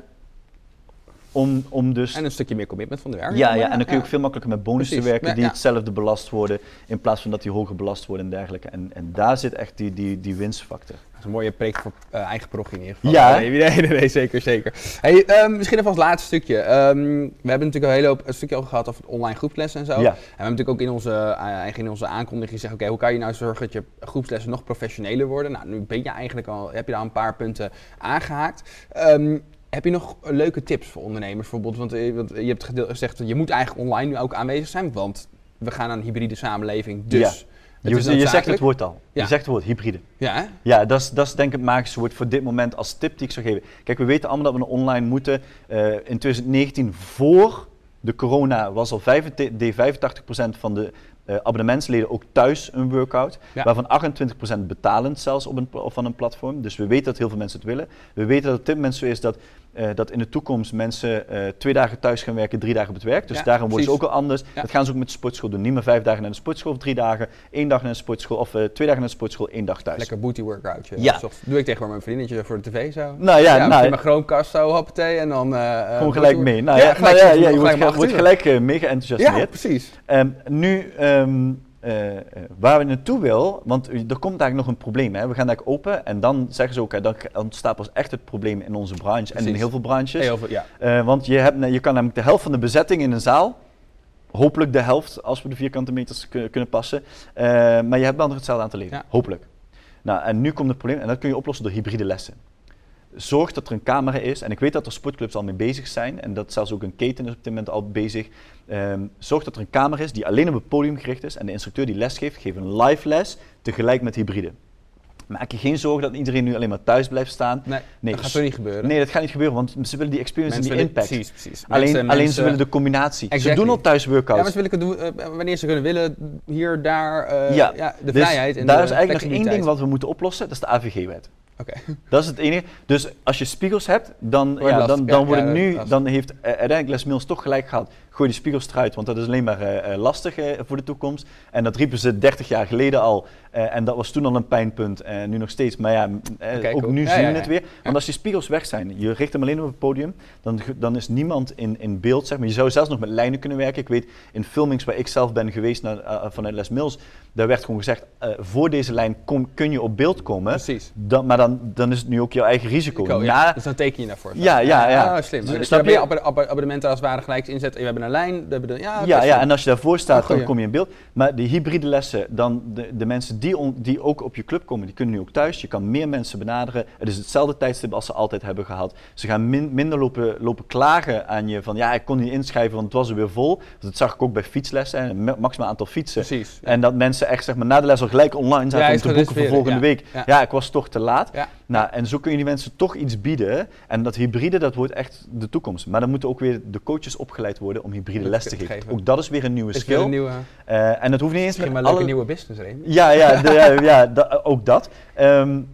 Speaker 3: om, om dus...
Speaker 2: En een stukje meer commitment van de werknemer.
Speaker 3: Ja, ja, en dan kun je ook veel makkelijker met bonussen
Speaker 2: Precies.
Speaker 3: werken
Speaker 2: Ja,
Speaker 3: die
Speaker 2: ja.
Speaker 3: hetzelfde belast worden, in plaats van dat die hoger belast worden en dergelijke. En, en daar zit echt die, die, die winstfactor.
Speaker 2: Dat is een mooie preek voor uh, eigen parochie in ieder geval.
Speaker 3: Ja, hè?
Speaker 2: Nee, nee, nee, nee, zeker, zeker. Hey, um, misschien even als laatste stukje. Um, we hebben natuurlijk een hele hoop, een stukje al gehad over online groepslessen en zo.
Speaker 3: Ja.
Speaker 2: En we hebben natuurlijk ook in onze, uh, eigenlijk in onze aankondiging gezegd, oké, okay, hoe kan je nou zorgen dat je groepslessen nog professioneler worden? Nou, nu ben je eigenlijk al, heb je daar een paar punten aangehaakt. Um, Heb je nog leuke tips voor ondernemers bijvoorbeeld? Want, eh, want je hebt gezegd, je moet eigenlijk online nu ook aanwezig zijn, want we gaan naar een hybride samenleving, dus
Speaker 3: Ja.
Speaker 2: het
Speaker 3: Je,
Speaker 2: is
Speaker 3: je zegt
Speaker 2: noodzakelijk.
Speaker 3: het woord al.
Speaker 2: Ja.
Speaker 3: Je zegt het woord hybride.
Speaker 2: Ja, hè?
Speaker 3: Ja, dat is, dat is denk ik het magische woord voor dit moment als tip die ik zou geven. Kijk, we weten allemaal dat we online moeten. Uh, in twintig negentien, voor de corona, was al vijfentachtig procent van de uh, abonnementsleden ook thuis een workout,
Speaker 2: Ja.
Speaker 3: waarvan achtentwintig procent betalend zelfs op een, of van een platform. Dus we weten dat heel veel mensen het willen. We weten dat het op dit moment zo is dat, uh, dat in de toekomst mensen uh, twee dagen thuis gaan werken, drie dagen op het werk. Dus
Speaker 2: Ja,
Speaker 3: daarom worden ze ook
Speaker 2: precies.
Speaker 3: al anders.
Speaker 2: Ja.
Speaker 3: Dat gaan ze ook met de sportschool doen. Niet meer vijf dagen naar de sportschool of drie dagen, één dag naar de sportschool of uh, twee dagen naar de sportschool, één dag thuis.
Speaker 2: Lekker booty workoutje.
Speaker 3: Ja.
Speaker 2: Zo doe ik tegenwoordig met mijn vriendinnetje voor de tv zo.
Speaker 3: Nou ja,
Speaker 2: ja
Speaker 3: nou,
Speaker 2: met mijn Chromecast zo, hoppatee, en dan... Uh,
Speaker 3: gewoon gelijk mee. Nou, ja,
Speaker 2: ja,
Speaker 3: nou,
Speaker 2: gelijk,
Speaker 3: ja,
Speaker 2: zo,
Speaker 3: ja, je wordt,
Speaker 2: gelijk maar
Speaker 3: wordt
Speaker 2: achteruit.
Speaker 3: gelijk uh, mega enthousiasmeerd.
Speaker 2: Ja, precies.
Speaker 3: Um, nu, um, uh, uh, waar we naartoe wil, want er komt eigenlijk nog een probleem. Hè. We gaan eigenlijk open en dan zeggen ze ook, hè, dan ontstaat pas echt het probleem in onze branche en in
Speaker 2: Precies.
Speaker 3: heel veel branches.
Speaker 2: Heel veel, ja.
Speaker 3: Uh, want je, hebt, je kan namelijk de helft van de bezetting in een zaal, hopelijk de helft als we de vierkante meters kun, kunnen passen, uh, maar je hebt dan nog hetzelfde aantal leden,
Speaker 2: Ja.
Speaker 3: hopelijk. Nou, en nu komt het probleem en dat kun je oplossen door hybride lessen. Zorg dat er een camera is, en ik weet dat er sportclubs al mee bezig zijn, en dat zelfs ook een keten is op dit moment al bezig. Um, zorg dat er een camera is die alleen op het podium gericht is, en de instructeur die les geeft, geeft een live les tegelijk met hybride. Maak je geen zorgen dat iedereen nu alleen maar thuis blijft staan.
Speaker 2: Nee,
Speaker 3: Nee,
Speaker 2: dat gaat
Speaker 3: s-
Speaker 2: toch niet gebeuren?
Speaker 3: Nee, dat gaat niet gebeuren, want ze willen die experience en die
Speaker 2: willen-
Speaker 3: impact.
Speaker 2: Precies, precies.
Speaker 3: Alleen,
Speaker 2: Mensen-
Speaker 3: alleen
Speaker 2: mensen-
Speaker 3: ze willen de combinatie. Ze
Speaker 2: Exactly.
Speaker 3: doen al thuis
Speaker 2: Ja,
Speaker 3: workouts.
Speaker 2: maar ze willen het doen uh, wanneer ze kunnen willen, hier, daar, uh,
Speaker 3: Ja,
Speaker 2: ja, de
Speaker 3: dus
Speaker 2: vrijheid en
Speaker 3: daar
Speaker 2: de
Speaker 3: is eigenlijk nog één ding
Speaker 2: flexibiliteit.
Speaker 3: wat we moeten oplossen, dat is de A V G-wet.
Speaker 2: Oké.
Speaker 3: Dat is het enige. Dus als je spiegels hebt, dan,
Speaker 2: Wordt
Speaker 3: ja,
Speaker 2: lastig.
Speaker 3: dan, dan
Speaker 2: Ja,
Speaker 3: wordt
Speaker 2: ja,
Speaker 3: het nu,
Speaker 2: lastig.
Speaker 3: dan heeft uh, uiteindelijk Les Mills toch gelijk gehad. Gooi die spiegels eruit, want dat is alleen maar uh, uh, lastig uh, voor de toekomst. En dat riepen ze dertig jaar geleden al. Uh, en dat was toen al een pijnpunt. En uh, nu nog steeds. Maar ja, uh,
Speaker 2: Oké,
Speaker 3: ook
Speaker 2: cool.
Speaker 3: nu
Speaker 2: Ja,
Speaker 3: zien
Speaker 2: ja,
Speaker 3: we
Speaker 2: ja.
Speaker 3: het weer. Want als die spiegels weg zijn, je richt hem alleen op het podium, dan, dan is niemand in, in beeld. Zeg maar. Je zou zelfs nog met lijnen kunnen werken. Ik weet, in filmings waar ik zelf ben geweest naar, uh, vanuit Les Mills, daar werd gewoon gezegd, uh, voor deze lijn kom, kun je op beeld komen.
Speaker 2: Precies.
Speaker 3: Dan, maar dan, dan is het nu ook jouw eigen risico.
Speaker 2: Risico,
Speaker 3: Na-
Speaker 2: ja. Dus dan teken je daarvoor.
Speaker 3: Ja, ja, ja.
Speaker 2: Ah, slim.
Speaker 3: Dus,
Speaker 2: Dus
Speaker 3: snap
Speaker 2: dan ben je
Speaker 3: je?
Speaker 2: abonne- abonne- abonnementen als het ware gelijk inzetten. We hebben een lijn. We hebben de, ja,
Speaker 3: Ja,
Speaker 2: oké,
Speaker 3: ja,
Speaker 2: slim.
Speaker 3: en als je daarvoor staat,
Speaker 2: Oh,
Speaker 3: dan
Speaker 2: goeie.
Speaker 3: kom je in beeld. Maar de hybride lessen, dan de, de mensen die, on, die ook op je club komen, die kunnen nu ook thuis. Je kan meer mensen benaderen. Het is hetzelfde tijdstip als ze altijd hebben gehad. Ze gaan min, minder lopen, lopen klagen aan je van ja, ik kon niet inschrijven, want het was er weer vol. Dat zag ik ook bij fietslessen, een ma- maximaal aantal fietsen.
Speaker 2: Precies. Ja.
Speaker 3: En dat mensen echt zeg maar, na de les al gelijk online zaten
Speaker 2: Ja,
Speaker 3: om
Speaker 2: is
Speaker 3: te boeken voor
Speaker 2: gereserveerd,
Speaker 3: volgende
Speaker 2: ja.
Speaker 3: week. Ja.
Speaker 2: Ja.
Speaker 3: ik was toch te laat.
Speaker 2: Ja.
Speaker 3: Nou, en zo kun je die mensen toch iets bieden. En dat hybride, dat wordt echt de toekomst. Maar dan moeten ook weer de coaches opgeleid worden om hybride
Speaker 2: Om
Speaker 3: les
Speaker 2: het
Speaker 3: te
Speaker 2: te
Speaker 3: geven.
Speaker 2: geven.
Speaker 3: Ook dat is weer een nieuwe
Speaker 2: Is
Speaker 3: skill.
Speaker 2: weer een nieuwe,
Speaker 3: Uh, en dat hoeft niet eens
Speaker 2: misschien
Speaker 3: met
Speaker 2: wel een
Speaker 3: alle...
Speaker 2: leuke nieuwe business, Remy.
Speaker 3: Ja, ja, de- ja, ja da- ook dat. Um,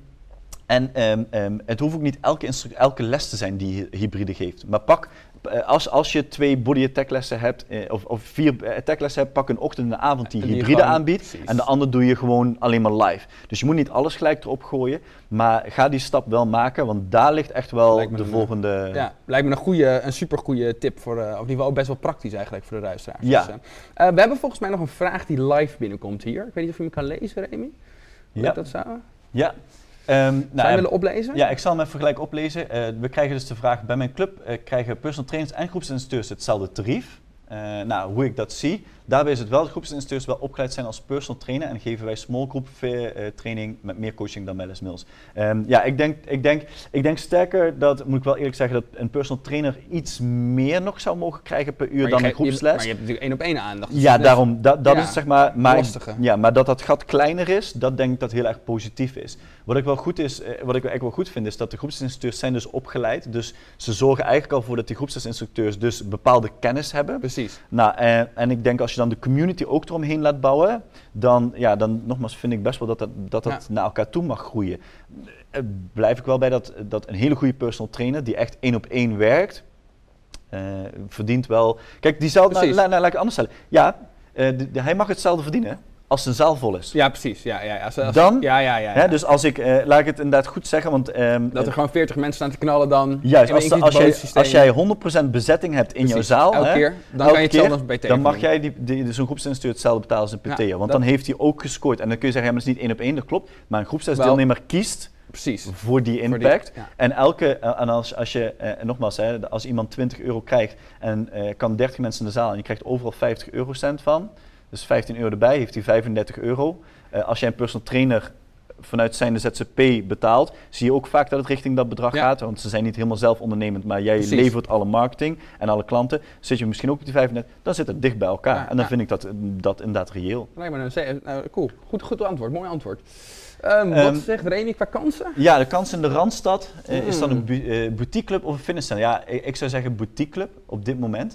Speaker 3: en um, um, het hoeft ook niet elke, instru- elke les te zijn die hy- hybride geeft. Maar pak, uh, als, als je twee body attack lessen hebt, uh, of, of vier attack lessen hebt, pak een ochtend en een avond die
Speaker 2: En die
Speaker 3: hybride
Speaker 2: gewoon-
Speaker 3: aanbiedt.
Speaker 2: precies.
Speaker 3: En de ander doe je gewoon alleen maar live. Dus je moet niet alles gelijk erop gooien, maar ga die stap wel maken, want daar ligt echt wel
Speaker 2: Lijkt me
Speaker 3: de
Speaker 2: een,
Speaker 3: volgende...
Speaker 2: Ja, lijkt me een, goede, een supergoeie tip voor, uh, of in ieder geval ook best wel praktisch eigenlijk voor de luisteraars.
Speaker 3: Ja.
Speaker 2: Dus, uh, uh, we hebben volgens mij nog een vraag die live binnenkomt hier. Ik weet niet of je hem kan lezen, Remy. Hoe
Speaker 3: Ja.
Speaker 2: dat zou?
Speaker 3: Ja. Um, nou,
Speaker 2: Zou je
Speaker 3: en-
Speaker 2: willen oplezen?
Speaker 3: Ja, ik zal hem even gelijk oplezen. Uh, we krijgen dus de vraag, bij mijn club uh, krijgen personal trainers en groepsinstructeurs hetzelfde tarief. Uh, nou, hoe ik dat zie, daarbij is het wel dat groepsinstructeurs wel opgeleid zijn als personal trainer en geven wij small group uh, training met meer coaching dan bij Les Mills. Um, ja, ik denk, ik, denk, ik denk sterker dat, moet ik wel eerlijk zeggen, dat een personal trainer iets meer nog zou mogen krijgen per uur
Speaker 2: Maar je
Speaker 3: dan een
Speaker 2: geeft- je-
Speaker 3: groepsles.
Speaker 2: Maar je hebt natuurlijk één op één aandacht. Dus
Speaker 3: Ja,
Speaker 2: het is
Speaker 3: daarom, da, dat
Speaker 2: ja,
Speaker 3: is het zeg maar, maar, ik-
Speaker 2: lastige.
Speaker 3: ja, maar dat dat gat kleiner is, dat denk ik dat heel erg positief is. Wat ik wel goed is, eh, wat ik eigenlijk wel goed vind, is dat de groepsinstructeurs zijn dus opgeleid, dus ze zorgen eigenlijk al voor dat die groepsinstructeurs dus bepaalde kennis hebben.
Speaker 2: Precies.
Speaker 3: Nou, en, en ik denk als je dan de community ook eromheen laat bouwen, dan, ja, dan nogmaals vind ik best wel dat dat, dat, dat
Speaker 2: Ja.
Speaker 3: naar elkaar toe mag groeien. Eh, blijf ik wel bij dat, dat een hele goede personal trainer die echt één op één werkt, eh, verdient wel... Kijk, die zal, nou,
Speaker 2: Precies.
Speaker 3: la- la- laat ik het anders stellen. Ja, eh, de- de- hij mag hetzelfde verdienen als zijn zaal vol is.
Speaker 2: Ja, precies. Ja, ja, ja. Als- als-
Speaker 3: Dan,
Speaker 2: ja, ja, ja,
Speaker 3: Hè,
Speaker 2: ja.
Speaker 3: dus als ik, eh, laat ik het inderdaad goed zeggen, want... ehm,
Speaker 2: Dat er gewoon veertig mensen staan te knallen dan.
Speaker 3: Juist,
Speaker 2: in
Speaker 3: als,
Speaker 2: een
Speaker 3: de- als, jij,
Speaker 2: inclusief
Speaker 3: als jij honderd procent bezetting hebt in jouw
Speaker 2: Precies.
Speaker 3: zaal,
Speaker 2: Elke
Speaker 3: hè,
Speaker 2: keer, dan
Speaker 3: elke
Speaker 2: kan je hetzelfde
Speaker 3: keer,
Speaker 2: als bij T
Speaker 3: dan mag
Speaker 2: verdienen.
Speaker 3: jij die, die, zo'n groepsinstructeur hetzelfde betalen als een
Speaker 2: Ja,
Speaker 3: P T'er. want
Speaker 2: dat-
Speaker 3: dan heeft hij ook gescoord. En dan kun je zeggen, ja, maar dat is niet één op één, dat klopt. Maar een
Speaker 2: Wel.
Speaker 3: groepsdelsdeelnemer kiest
Speaker 2: Precies.
Speaker 3: voor die
Speaker 2: Voor die-
Speaker 3: impact.
Speaker 2: ja.
Speaker 3: En, elke, en als, als je, eh, en nogmaals, hè, als iemand twintig euro krijgt en eh, kan dertig mensen in de zaal en je krijgt overal vijftig eurocent van, dus vijftien euro erbij, heeft hij vijfendertig euro. Uh, als jij een personal trainer vanuit zijn Z Z P betaalt, zie je ook vaak dat het richting dat bedrag
Speaker 2: Ja.
Speaker 3: gaat. Want ze zijn niet helemaal zelf ondernemend, maar jij
Speaker 2: Precies.
Speaker 3: levert alle marketing en alle klanten. Zit je misschien ook op die vijfendertig, dan zit het dicht bij elkaar.
Speaker 2: Ja,
Speaker 3: en dan
Speaker 2: ja.
Speaker 3: vind ik dat, dat inderdaad reëel.
Speaker 2: Lijkt me een ze- nou, cool. Goed, goed antwoord. Mooi antwoord. Um,
Speaker 3: Ehm,
Speaker 2: wat zegt Remy qua kansen?
Speaker 3: Ja, de kans in de Randstad uh, is dan
Speaker 2: Mm.
Speaker 3: een bu- uh, boutiqueclub of een fitnesscentrum. Ja, ik, ik zou zeggen boutiqueclub op dit moment.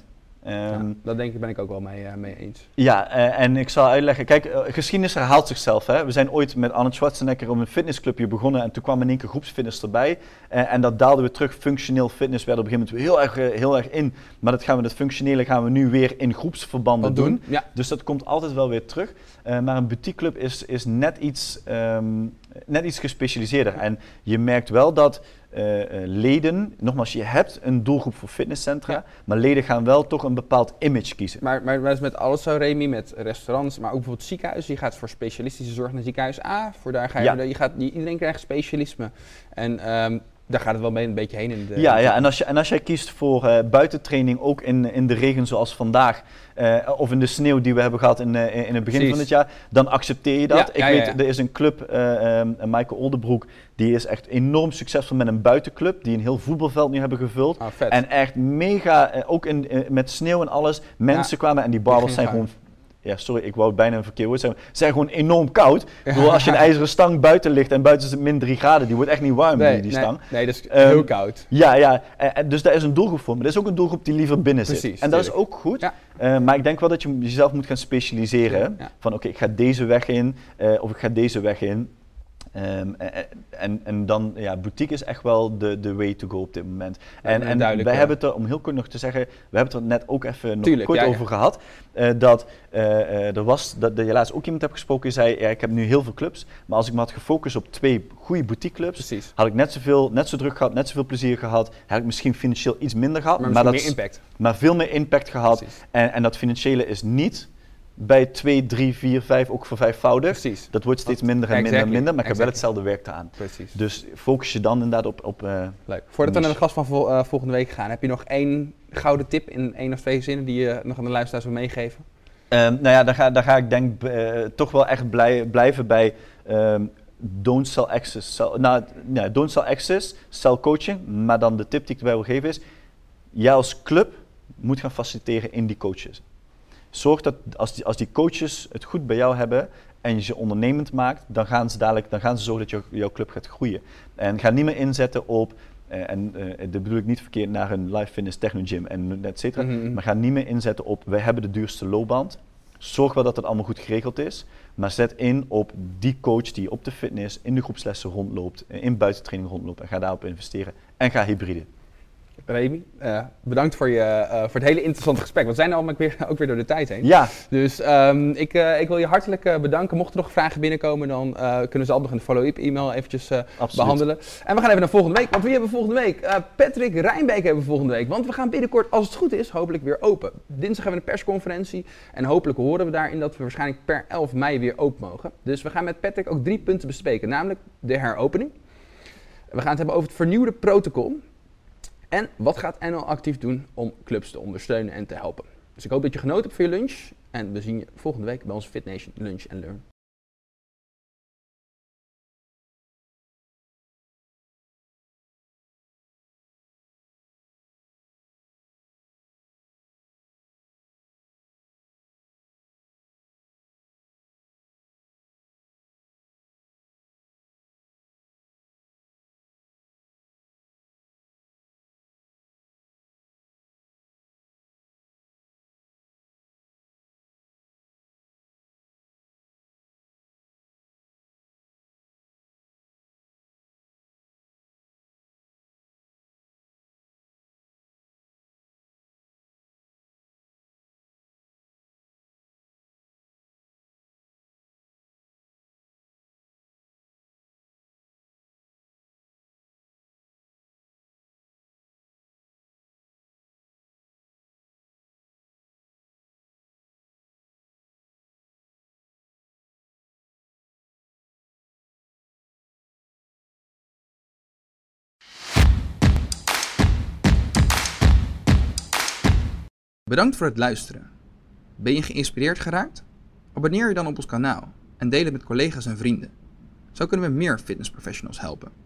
Speaker 3: Um,
Speaker 2: Ja, dat denk ik ben ik ook wel mee, uh, mee eens.
Speaker 3: Ja, uh, en ik zal uitleggen. Kijk, uh, geschiedenis herhaalt zichzelf. Hè? We zijn ooit met Arnold Schwarzenegger op een fitnessclubje begonnen en toen kwam in één keer groepsfitness erbij. Uh, en dat daalde we terug. Functioneel fitness werd op een gegeven moment heel erg, uh, heel erg in. Maar dat gaan we, dat functionele gaan we nu weer in groepsverbanden
Speaker 2: doen.
Speaker 3: doen.
Speaker 2: Ja.
Speaker 3: Dus dat komt altijd wel weer terug. Uh, maar een boutiqueclub is, is net, iets, um, net iets gespecialiseerder. En je merkt wel dat Uh, uh, leden, nogmaals, je hebt een doelgroep voor fitnesscentra, ja. maar leden gaan wel toch een bepaald image kiezen.
Speaker 2: Maar, maar dat is met alles zo, Remy, met restaurants, maar ook bijvoorbeeld ziekenhuizen. Je gaat voor specialistische zorg naar ziekenhuis A, voor daar ga je, ja. je gaat, iedereen krijgt specialisme. En um, daar gaat het wel mee een beetje heen in de...
Speaker 3: Ja, ja. En, als je, en als jij kiest voor uh, buitentraining, ook in, in de regen zoals vandaag, uh, of in de sneeuw die we hebben gehad in, uh, in het begin Precies. van het jaar, dan accepteer je dat. Ja, Ik ja, weet, ja, ja. er is een club, uh, um, Michael Oldenbroek, die is echt enorm succesvol met een buitenclub, die een heel voetbalveld nu hebben gevuld.
Speaker 2: Oh, vet.
Speaker 3: En echt mega, uh, ook in, uh, met sneeuw en alles, mensen ja. kwamen en die barbels zijn gewoon... Ja, sorry, ik wou bijna een verkeerd woord zeggen. Ze zijn gewoon enorm koud. Ik bedoel, als je een ijzeren stang buiten ligt en buiten is het min drie graden, die wordt echt niet warm,
Speaker 2: nee,
Speaker 3: die, die
Speaker 2: nee,
Speaker 3: stang.
Speaker 2: Nee, dat is
Speaker 3: um,
Speaker 2: heel koud.
Speaker 3: Ja, ja. En, en dus daar is een doelgroep voor. Maar er is ook een doelgroep die liever binnen
Speaker 2: Precies,
Speaker 3: zit. En dat
Speaker 2: tuurlijk.
Speaker 3: is ook goed.
Speaker 2: Ja.
Speaker 3: Uh, maar ik denk wel dat je jezelf moet gaan specialiseren. Ja. Van oké, okay, ik ga deze weg in, uh, of ik ga deze weg in. Um, en, en, en dan, ja, boutique is echt wel de, de way to go op dit moment.
Speaker 2: Ja,
Speaker 3: en en wij
Speaker 2: ja.
Speaker 3: hebben het er, om heel kort nog te zeggen, we hebben het er net ook even nog
Speaker 2: Tuurlijk,
Speaker 3: kort
Speaker 2: ja,
Speaker 3: over
Speaker 2: ja.
Speaker 3: gehad. Uh, dat uh, uh, er was, dat, dat je laatst ook iemand hebt gesproken die zei, ja, ik heb nu heel veel clubs, maar als ik me had gefocust op twee goede boutiqueclubs,
Speaker 2: Precies.
Speaker 3: had ik net zoveel, net zo druk gehad, net zoveel plezier gehad, had ik misschien financieel iets minder gehad,
Speaker 2: maar,
Speaker 3: maar, dat,
Speaker 2: meer impact.
Speaker 3: maar veel meer impact gehad. En, en dat financiële is niet bij twee, drie, vier, vijf, ook voor vijfvoudig.
Speaker 2: Precies.
Speaker 3: Dat wordt steeds minder en
Speaker 2: exactly.
Speaker 3: minder en minder, maar ik
Speaker 2: exactly.
Speaker 3: heb wel hetzelfde werk aan.
Speaker 2: Precies.
Speaker 3: Dus focus je dan inderdaad op... op uh,
Speaker 2: Leuk. Voordat we naar de gast van vol, uh, volgende week gaan, heb je nog één gouden tip in één of twee zinnen die je nog aan de luisteraars wil meegeven?
Speaker 3: Um, nou ja, daar ga, daar ga ik denk uh, toch wel echt blij, blijven bij um, don't sell access. Sell, nou, ja, don't sell access, sell coaching. Maar dan de tip die ik erbij wil geven is, jij als club moet gaan faciliteren in die coaches. Zorg dat als die, als die coaches het goed bij jou hebben en je ze ondernemend maakt, dan gaan ze dadelijk, dan gaan ze zorgen dat jou, jouw club gaat groeien. En ga niet meer inzetten op, uh, en uh, dat bedoel ik niet verkeerd, naar een live fitness techno gym en et cetera, mm-hmm. maar ga niet meer inzetten op, wij hebben de duurste loopband. Zorg wel dat het allemaal goed geregeld is, maar zet in op die coach die op de fitness, in de groepslessen rondloopt, in buitentraining rondloopt en ga daarop investeren. En ga hybride.
Speaker 2: Remy, uh, bedankt voor, je, uh, voor het hele interessante gesprek. We zijn al ook weer, ook weer door de tijd heen.
Speaker 3: Ja.
Speaker 2: Dus um, ik, uh, ik wil je hartelijk uh, bedanken. Mochten er nog vragen binnenkomen, dan uh, kunnen ze altijd nog in de follow-up e-mail eventjes uh, behandelen. En we gaan even naar volgende week. Want wie hebben we volgende week? Uh, Patrick Rijnbeek hebben we volgende week. Want we gaan binnenkort, als het goed is, hopelijk weer open. Dinsdag hebben we een persconferentie. En hopelijk horen we daarin dat we waarschijnlijk per elf mei weer open mogen. Dus we gaan met Patrick ook drie punten bespreken. Namelijk de heropening. We gaan het hebben over het vernieuwde protocol. En wat gaat N L actief doen om clubs te ondersteunen en te helpen? Dus ik hoop dat je genoten hebt van je lunch. En we zien je volgende week bij onze FitNation Lunch and Learn.
Speaker 4: Bedankt voor het luisteren. Ben je geïnspireerd geraakt? Abonneer je dan op ons kanaal en deel het met collega's en vrienden. Zo kunnen we meer fitnessprofessionals helpen.